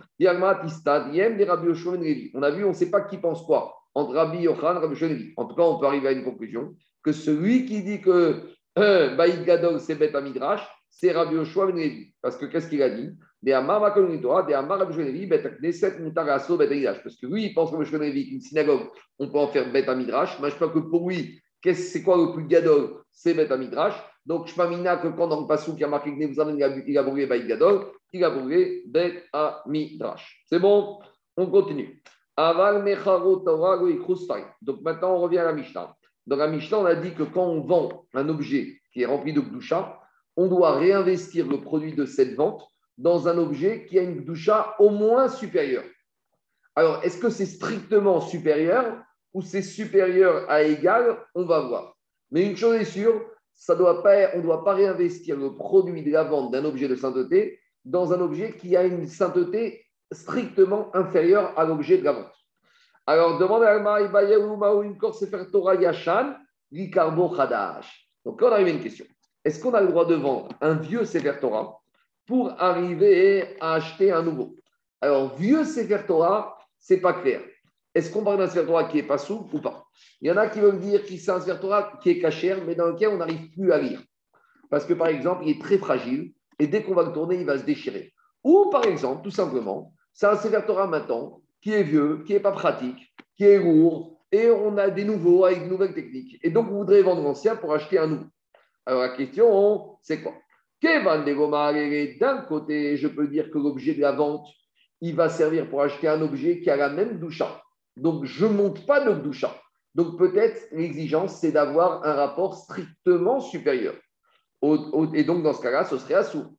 On a vu, on ne sait pas qui pense quoi entre Rabbi Yochanan et Rabbi Shoneli. En tout cas, on peut arriver à une conclusion que celui qui dit que euh, Baïd Gadol, c'est Beth Midrash, c'est Rabbi Yoshua Ben Levi. Parce que qu'est-ce qu'il a dit? Des Amar Makom Torah, des Amar Rabbi Yoshua Ben Levi, Beth Knesset Mutar Aso Bet Midrash. Parce que lui, il pense que Rabbi Yoshua Ben Levi, une synagogue, on peut en faire Beth Midrash. Mais je pense que pour lui, c'est quoi le plus Gadol? C'est Beth Midrash. Donc, je m'amina que quand dans le passage qui a marqué que Nebuzradan, il a brûlé Baïd Gadol, il a brûlé Beth Midrash. C'est bon? On continue. Aval Mecharo Torah Goïkrustai. Donc maintenant, on revient à la Mishnah. Dans la Mishnah, on a dit que quand on vend un objet qui est rempli de Gdusha, on doit réinvestir le produit de cette vente dans un objet qui a une Gdusha au moins supérieure. Alors, est-ce que c'est strictement supérieur ou c'est supérieur à égal? On va voir. Mais une chose est sûre, ça doit pas, on ne doit pas réinvestir le produit de la vente d'un objet de sainteté dans un objet qui a une sainteté strictement inférieur à l'objet de la vente. Alors, demande à Alma, Ibayeu, Mao, une Kor Sefer Torah Yashan, Likarbo Khadash. Donc, là, on arrive à une question. Est-ce qu'on a le droit de vendre un vieux Sefer Torah pour arriver à acheter un nouveau? Alors, vieux Sefer Torah, ce n'est pas clair. Est-ce qu'on parle d'un Sefer Torah qui n'est pas souple ou pas? Il y en a qui veulent dire que c'est un Sefer Torah qui est cachère, mais dans lequel on n'arrive plus à lire. Parce que, par exemple, il est très fragile et dès qu'on va le tourner, il va se déchirer. Ou, par exemple, tout simplement, c'est un Sefer Torah maintenant qui est vieux, qui n'est pas pratique, qui est lourd, et on a des nouveaux avec de nouvelles techniques. Et donc, vous voudrez vendre l'ancien pour acheter un nouveau. Alors, la question, c'est quoi? D'un côté, je peux dire que l'objet de la vente, il va servir pour acheter un objet qui a la même doucha. Donc, je ne monte pas de doucha. Donc, peut-être l'exigence, c'est d'avoir un rapport strictement supérieur. Et donc, dans ce cas-là, ce serait assourd.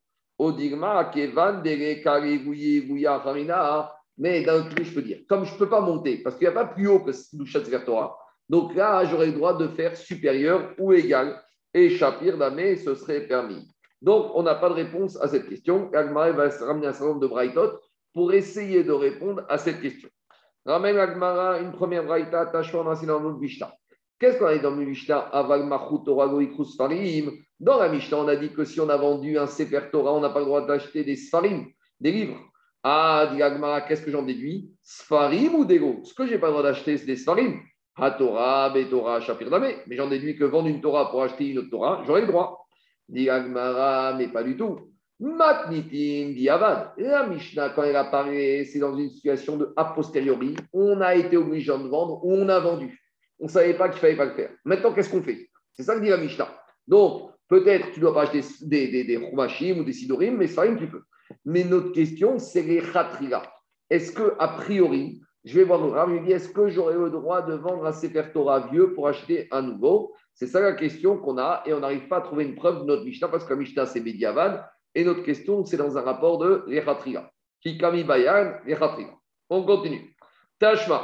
Mais d'un côté, je peux dire, comme je ne peux pas monter, parce qu'il n'y a pas plus haut que doucha de Sefer Torah, donc là, j'aurais le droit de faire supérieur ou égal. Et Shapir Damé, ce serait permis. Donc, on n'a pas de réponse à cette question. Agmara va se ramener un certain nombre de braïtot pour essayer de répondre à cette question. Ramène Agmara une première braïta, Tachon, dans notre Mishnah. Qu'est-ce qu'on a dit dans le Mishnah? Aval Machut Torah Goikrus Farim. Dans la Mishnah, on a dit que si on a vendu un Sefer Torah, on n'a pas le droit d'acheter des Sfarim, des livres. Ah, dit Agmara, qu'est-ce que j'en déduis? Sfarim ou Dego? Ce que je n'ai pas le droit d'acheter, c'est des Sfarim. Ha Torah, Be Torah, Shapir Damé. Mais j'en déduis que vendre une Torah pour acheter une autre Torah, j'aurais le droit. Dit Agmara, mais pas du tout. Matnitin, dit Avad. La Mishnah, quand elle apparaît, c'est dans une situation de a posteriori. On a été obligé de vendre ou on a vendu. On ne savait pas qu'il ne fallait pas le faire. Maintenant, qu'est-ce qu'on fait? C'est ça que dit la Mishnah. Donc, peut-être tu ne dois pas acheter des, des, des Chumashim ou des Sidorim, mais Sfarim, tu peux. Mais notre question, c'est les Khatriga. Est-ce qu'a priori, je vais voir le Rav, il dit, est-ce que j'aurais le droit de vendre un Sefer Torah vieux pour acheter un nouveau? C'est ça la question qu'on a et on n'arrive pas à trouver une preuve de notre Mishnah parce que la Mishnah, c'est Bediavad et notre question, c'est dans un rapport de l'Echatriga. Kikami Bayan, l'Echatriga. On continue. Tashma,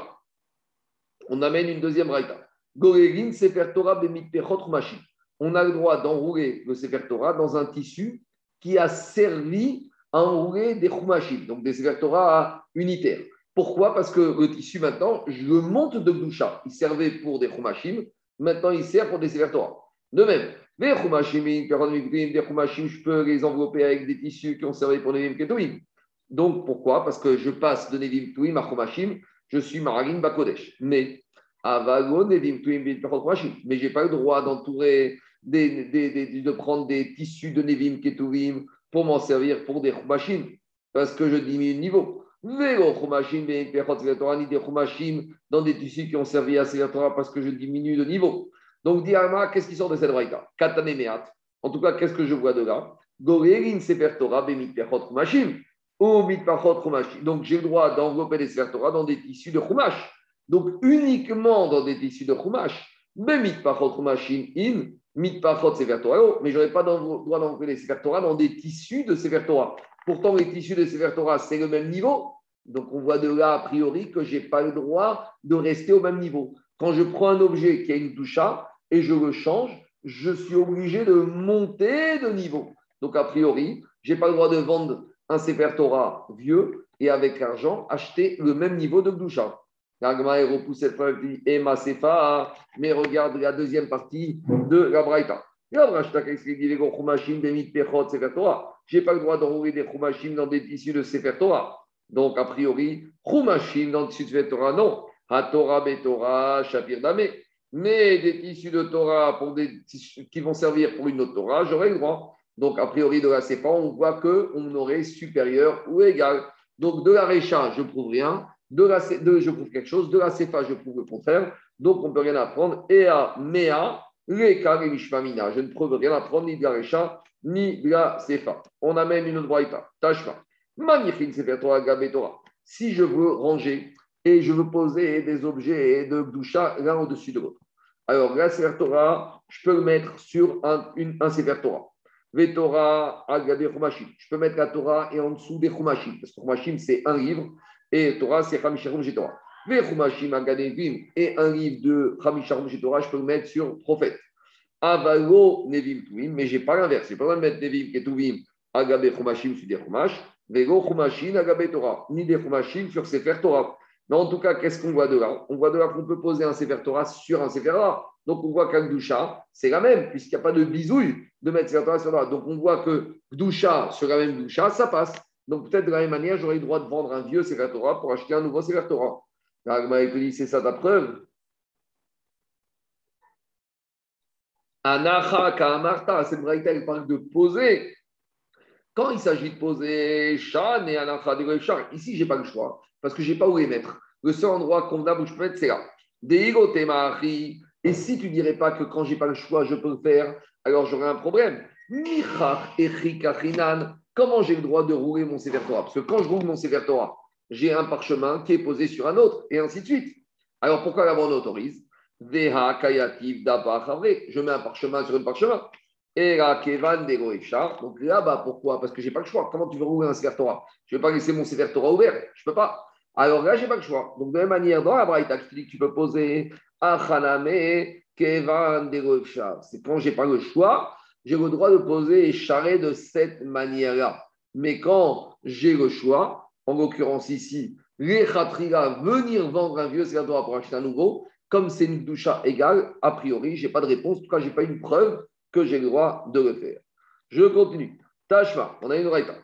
on amène une deuxième raïta. Goregin Sefer Torah Bemikpechot Mashi. On a le droit d'enrouler le Sefer Torah dans un tissu qui a servi à enrouler des Chumashim, donc des Sefer Torah unitaires. Pourquoi? Parce que le tissu, maintenant, je le monte de Gdusha. Il servait pour des Chumashim. Maintenant, il sert pour des Sefer Torah. De même, les Chumashim, des Chumashim, je peux les envelopper avec des tissus qui ont servi pour Nevim Ketouim. Donc, pourquoi? Parce que je passe de Nevim Ketouim à Chumashim, je suis Maragin Bakodesh. Mais, Avago, Nevim Ketouim, Chumashim. Mais je n'ai pas le droit d'entourer, des, des, des, de prendre des tissus de Nevim Ketouim pour m'en servir pour des Chumashim. Parce que je diminue le niveau. Vélo Chumashim, ni des Chumashim dans des tissus qui ont servi à Sefer Torah parce que je diminue de niveau. Donc, Diarma, qu'est-ce qui sort de cette braïta? Katane Meat. En tout cas, qu'est-ce que je vois de là? Gorerin Sefer Torah, Bemitpechot Chumashim. Ou Mitpachot Chumashim. Donc, j'ai le droit d'envelopper les Sefer Torah dans des tissus de Chumash. Donc, uniquement dans des tissus de Chumash. Bemitpachot Chumashim in Mitpachot Sefer Torah. Mais je n'aurais pas le droit d'envelopper les Sefer Torah dans des tissus de Sefer Torah. Pourtant, les tissus de Sefer Torah, c'est le même niveau. Donc, on voit de là, a priori, que je n'ai pas le droit de rester au même niveau. Quand je prends un objet qui a une doucha et je le change, je suis obligé de monter de niveau. Donc, a priori, je n'ai pas le droit de vendre un Sefer Torah vieux et avec l'argent, acheter le même niveau de doucha. L'agma est repoussé et ma sefa, mais regarde la deuxième partie de la braïta. Je n'ai pas le droit d'enrouler des chumashim dans des tissus de Sefer Torah. Donc, a priori, chumashim dans des tissus de Sefer Torah, non. Ha-Torah, Be-Torah, Shapir Damé. Mais des tissus de Torah pour des tissus qui vont servir pour une autre Torah, j'aurais le droit. Donc, a priori, de la Sefa, on voit qu'on aurait supérieur ou égal. Donc, de la Récha, je ne prouve rien. De la, de, je prouve quelque chose. De la Sefa, je prouve le contraire. Donc, on ne peut rien apprendre. Et à Mea, Reka et Mishmamina. Je ne prouve rien apprendre ni de la Récha, ni de la Sefa. On amène une autre braïta. Tashma. Magnifique Sefer Torah, Gabé Torah. Si je veux ranger et je veux poser des objets de Gdusha l'un au-dessus de l'autre. Alors, la Sefer Torah, je peux le mettre sur un, une, un Sefer Torah. Ve Torah, Agabé Chumashim. Je peux mettre la Torah et en dessous des Chumashim. Parce que Chumashim, c'est un livre et Torah, c'est Chamisharum Torah. Ve Chumashim, Agadevim et un livre de Chamisharum Torah, je peux le mettre sur Prophète. Avalo Nevim Tuvim, mais je n'ai pas l'inverse. Je n'ai pas besoin de mettre Nevim Ketuvim, Agabé Chumashim sur des Chumash. Vego Chumashin Agabe Torah, ni des Chumashin sur Sefer Torah. Mais en tout cas, qu'est-ce qu'on voit de là? On voit de là qu'on peut poser un Sefer Torah sur un Sefer Torah. Donc on voit qu'Akdusha, c'est la même, puisqu'il n'y a pas de bisouille de mettre Sefer Torah sur Torah. Donc on voit que Gdusha sur la même Gdusha, ça passe. Donc peut-être de la même manière, j'aurais le droit de vendre un vieux Sefer Torah pour acheter un nouveau Sefer Torah. L'Agma te dit, c'est ça ta preuve? Anacha Kaamarta, cette braïta, elle parle de poser. Quand il s'agit de poser Shan et Anacha de Shar, ici, je n'ai pas le choix, parce que je n'ai pas où les mettre. Le seul endroit convenable où je peux mettre, c'est là. Deigo Temari. Et si tu ne dirais pas que quand je n'ai pas le choix, je peux le faire, alors j'aurais un problème. Michach Echikachinan. Comment j'ai le droit de rouler mon Sefer Torah? Parce que quand je roule mon Sefer Torah, j'ai un parchemin qui est posé sur un autre, et ainsi de suite. Alors pourquoi la bande autorise? Veha Kayativ Daba Chavre. Je mets un parchemin sur un parchemin. Et là, Kevan Degoïcha. Donc là-bas, pourquoi? Parce que je n'ai pas le choix. Comment tu veux rouler un Sefer Torah? Je ne vais pas laisser mon Sefer Torah ouvert. Je ne peux pas. Alors là, je n'ai pas le choix. Donc de la même manière, dans la Braïta, qui te dit que tu peux poser Achaname Kevan Degoïcha. C'est quand je n'ai pas le choix, j'ai le droit de poser et charrer de cette manière-là. Mais quand j'ai le choix, en l'occurrence ici, les Khatriga, venir vendre un vieux Sefer Torah pour acheter un nouveau, comme c'est une doucha égale, a priori, je n'ai pas de réponse. En tout cas, je n'ai pas une preuve que j'ai le droit de le faire. Je continue. Tashma, on a une raïta.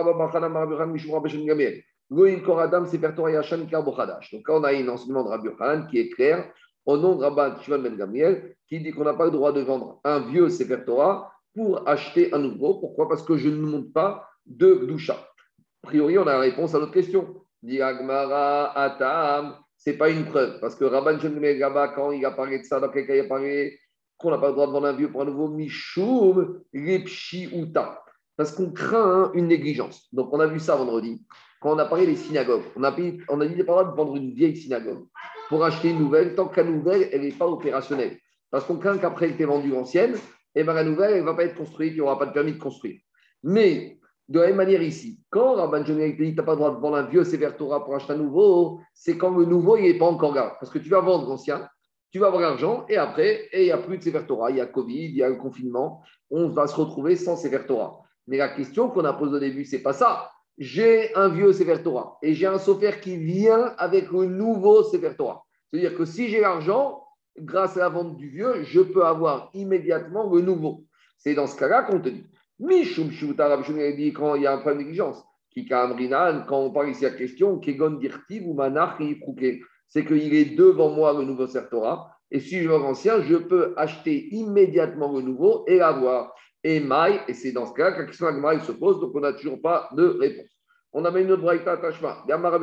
Donc, quand on a un enseignement de Rabbi Yochanan qui est clair, au nom de Rabban Shimon ben Gamliel, qui dit qu'on n'a pas le droit de vendre un vieux Sefer Torah pour acheter un nouveau. Pourquoi? Parce que je ne monte pas de Gdusha. A priori, on a la réponse à notre question. Dit Agmara Atam. Ce n'est pas une preuve, parce que Rabban Shimon ben Gamliel, quand il a parlé de ça, dans quel cas il a parlé qu'on n'a pas le droit de vendre un vieux pour un nouveau Mishum Lepshi Uta. Parce qu'on craint hein, une négligence. Donc, on a vu ça vendredi, quand on a parlé des synagogues. On a, payé, on a dit qu'il n'y a pas le droit de vendre une vieille synagogue pour acheter une nouvelle, tant que la nouvelle, elle n'est pas opérationnelle. Parce qu'on craint qu'après elle ait vendu l'ancienne, et bien la nouvelle, elle ne va pas être construite, il n'y aura pas de permis de construire. Mais, de la même manière ici, quand Rabban Shimon dit que tu n'as pas le droit de vendre un vieux Sefer Torah pour acheter un nouveau, c'est quand le nouveau, il n'est pas encore là. Parce que tu vas vendre l'ancien, tu vas avoir l'argent et après, il n'y a plus de Sefer Torah. Il y a Covid, il y a le confinement. On va se retrouver sans Sefer Torah. Mais la question qu'on a posée au début, ce n'est pas ça. J'ai un vieux Sefer Torah et j'ai un sofer qui vient avec le nouveau Sefer Torah. C'est-à-dire que si j'ai l'argent, grâce à la vente du vieux, je peux avoir immédiatement le nouveau. C'est dans ce cas-là qu'on te dit. Mishum Shuta Rabbi Shimon dit quand il y a un problème de négligence. Kika Amrinan, quand on parle ici à la question, Kegon Dirtiv ou Manach Yifruke. C'est qu'il est devant moi le nouveau Sefer Torah. Et si je veux l'ancien, je peux acheter immédiatement le nouveau et l'avoir. Et Maï, et c'est dans ce cas que la question de Maï se pose, donc on n'a toujours pas de réponse. On a mis une autre braïta à Tashma.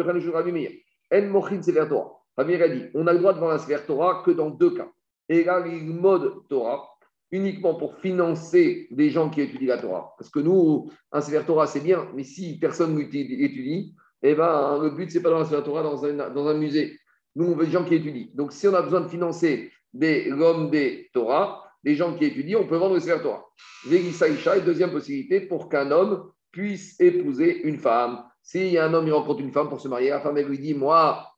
En Mochin Sefer Torah. Rabbi a dit on a le droit de vendre un Sefer Torah que dans deux cas. Et là, il mode Torah, uniquement pour financer des gens qui étudient la Torah. Parce que nous, un Sefer Torah, c'est bien, mais si personne n'étudie, eh ben, le but, ce n'est pas dans un Sefer Torah dans un, dans un musée. Nous, on veut des gens qui étudient. Donc, si on a besoin de financer des l'homme des Torah, des gens qui étudient, on peut vendre le Sefer Torah. Vérissa Isha est deuxième possibilité pour qu'un homme puisse épouser une femme. S'il y a un homme, il rencontre une femme pour se marier, la femme, elle lui dit, moi,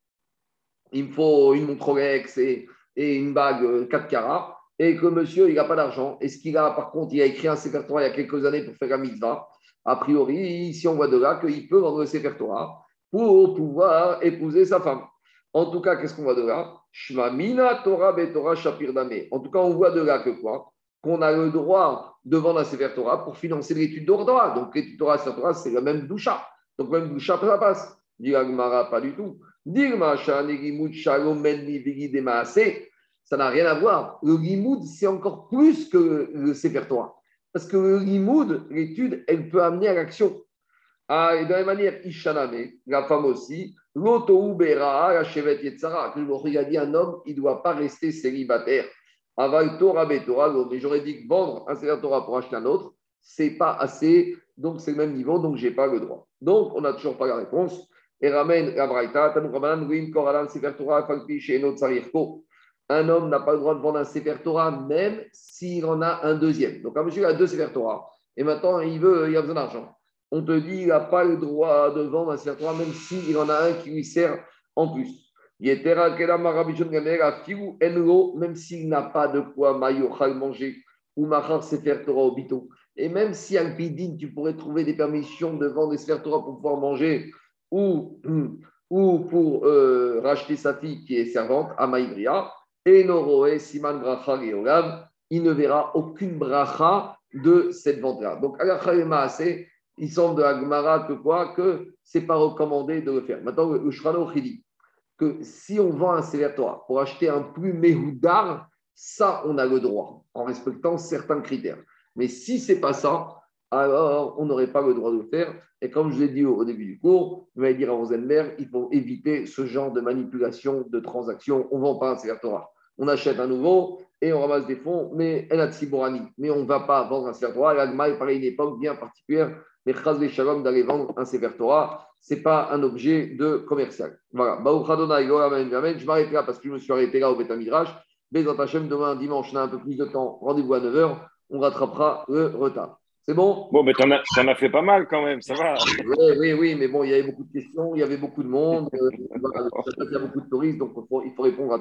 il me faut une montre Rolex et, et une bague quatre carats, et que monsieur, il n'a pas d'argent. Et ce qu'il a, par contre, il a écrit un Sefer Torah il y a quelques années pour faire la mitzvah. A priori, ici, on voit de là qu'il peut vendre le Sefer Torah pour pouvoir épouser sa femme. En tout cas, qu'est-ce qu'on voit de là? Shma mina Torah be Torah shapir dameh. En tout cas, on voit de là que quoi? Qu'on a le droit de vendre un Sefer Torah pour financer l'étude de Torah. Donc, l'étude de Torah, Sefer Torah, c'est la même doucha. Donc, même doucha, ça passe. Dit Agmara, pas du tout. Dirma shanegimut shalom menni vigi maase. Ça n'a rien à voir. Le limoud, c'est encore plus que le Sefer Torah. Parce que le limoud, l'étude, elle peut amener à l'action. Ah, et de la même manière, Ishaname, la femme aussi, l'auto bera, la chevet yetzara, que je a dit un homme, il ne doit pas rester célibataire. Aval Torah be Torah, mais j'aurais dit que vendre un Sefer Torah pour acheter un autre, ce n'est pas assez, donc c'est le même niveau, donc je n'ai pas le droit. Donc, on n'a toujours pas la réponse. Et ramène la Braïta, Tanou Ramanan, Wim Koralan, Sefer Torah, Falpi, Sheno Tsarirko. Un homme n'a pas le droit de vendre un Sefer Torah, même s'il en a un deuxième. Donc, un monsieur a deux Sefer Torah, et maintenant, il veut, il a besoin d'argent. On te dit qu'il n'a pas le droit de vendre un Sefer Torah, même s'il en a un qui lui sert en plus. Même s'il n'a pas de quoi mayochal manger ou machar Sefer Torah au bito. Et même si Alpidine, tu pourrais trouver des permissions de vendre des Sefer Torah pour pouvoir manger ou, ou pour euh, racheter sa fille qui est servante, à Maïbria, et Noroé, Siman Bracha Geogav, il ne verra aucune bracha de cette vente-là. Donc, assez, il semble de Agmara que quoi Que ce n'est pas recommandé de le faire. Maintenant, le Shrano dit que si on vend un Sefer Torah pour acheter un plus méhoudar, ça, on a le droit, en respectant certains critères. Mais si ce n'est pas ça, alors on n'aurait pas le droit de le faire. Et comme je l'ai dit au début du cours, je vais dire à Rosenberg, il faut éviter ce genre de manipulation, de transaction. On ne vend pas un Sefer Torah. On achète un nouveau et on ramasse des fonds, mais elle a Tsiborani. Mais on ne va pas vendre un Sefer Torah. L'Agma est pareil, une époque bien particulière. Mais Chaz ve Shalom d'aller vendre un Sefer Torah, ce n'est pas un objet de commercial. Voilà. Baruch Adonai, Amen, Amen. Je m'arrête là parce que je me suis arrêté là au Beth Midrash. Bezat Hashem, demain dimanche, on a un peu plus de temps. Rendez-vous à neuf heures. On rattrapera le retard. C'est bon? Bon, mais t'en as, t'en as fait pas mal quand même, ça va. Oui, oui, oui, mais bon, il y avait beaucoup de questions, il y avait beaucoup de monde, euh, voilà, il y a beaucoup de touristes, donc il faut, il faut répondre à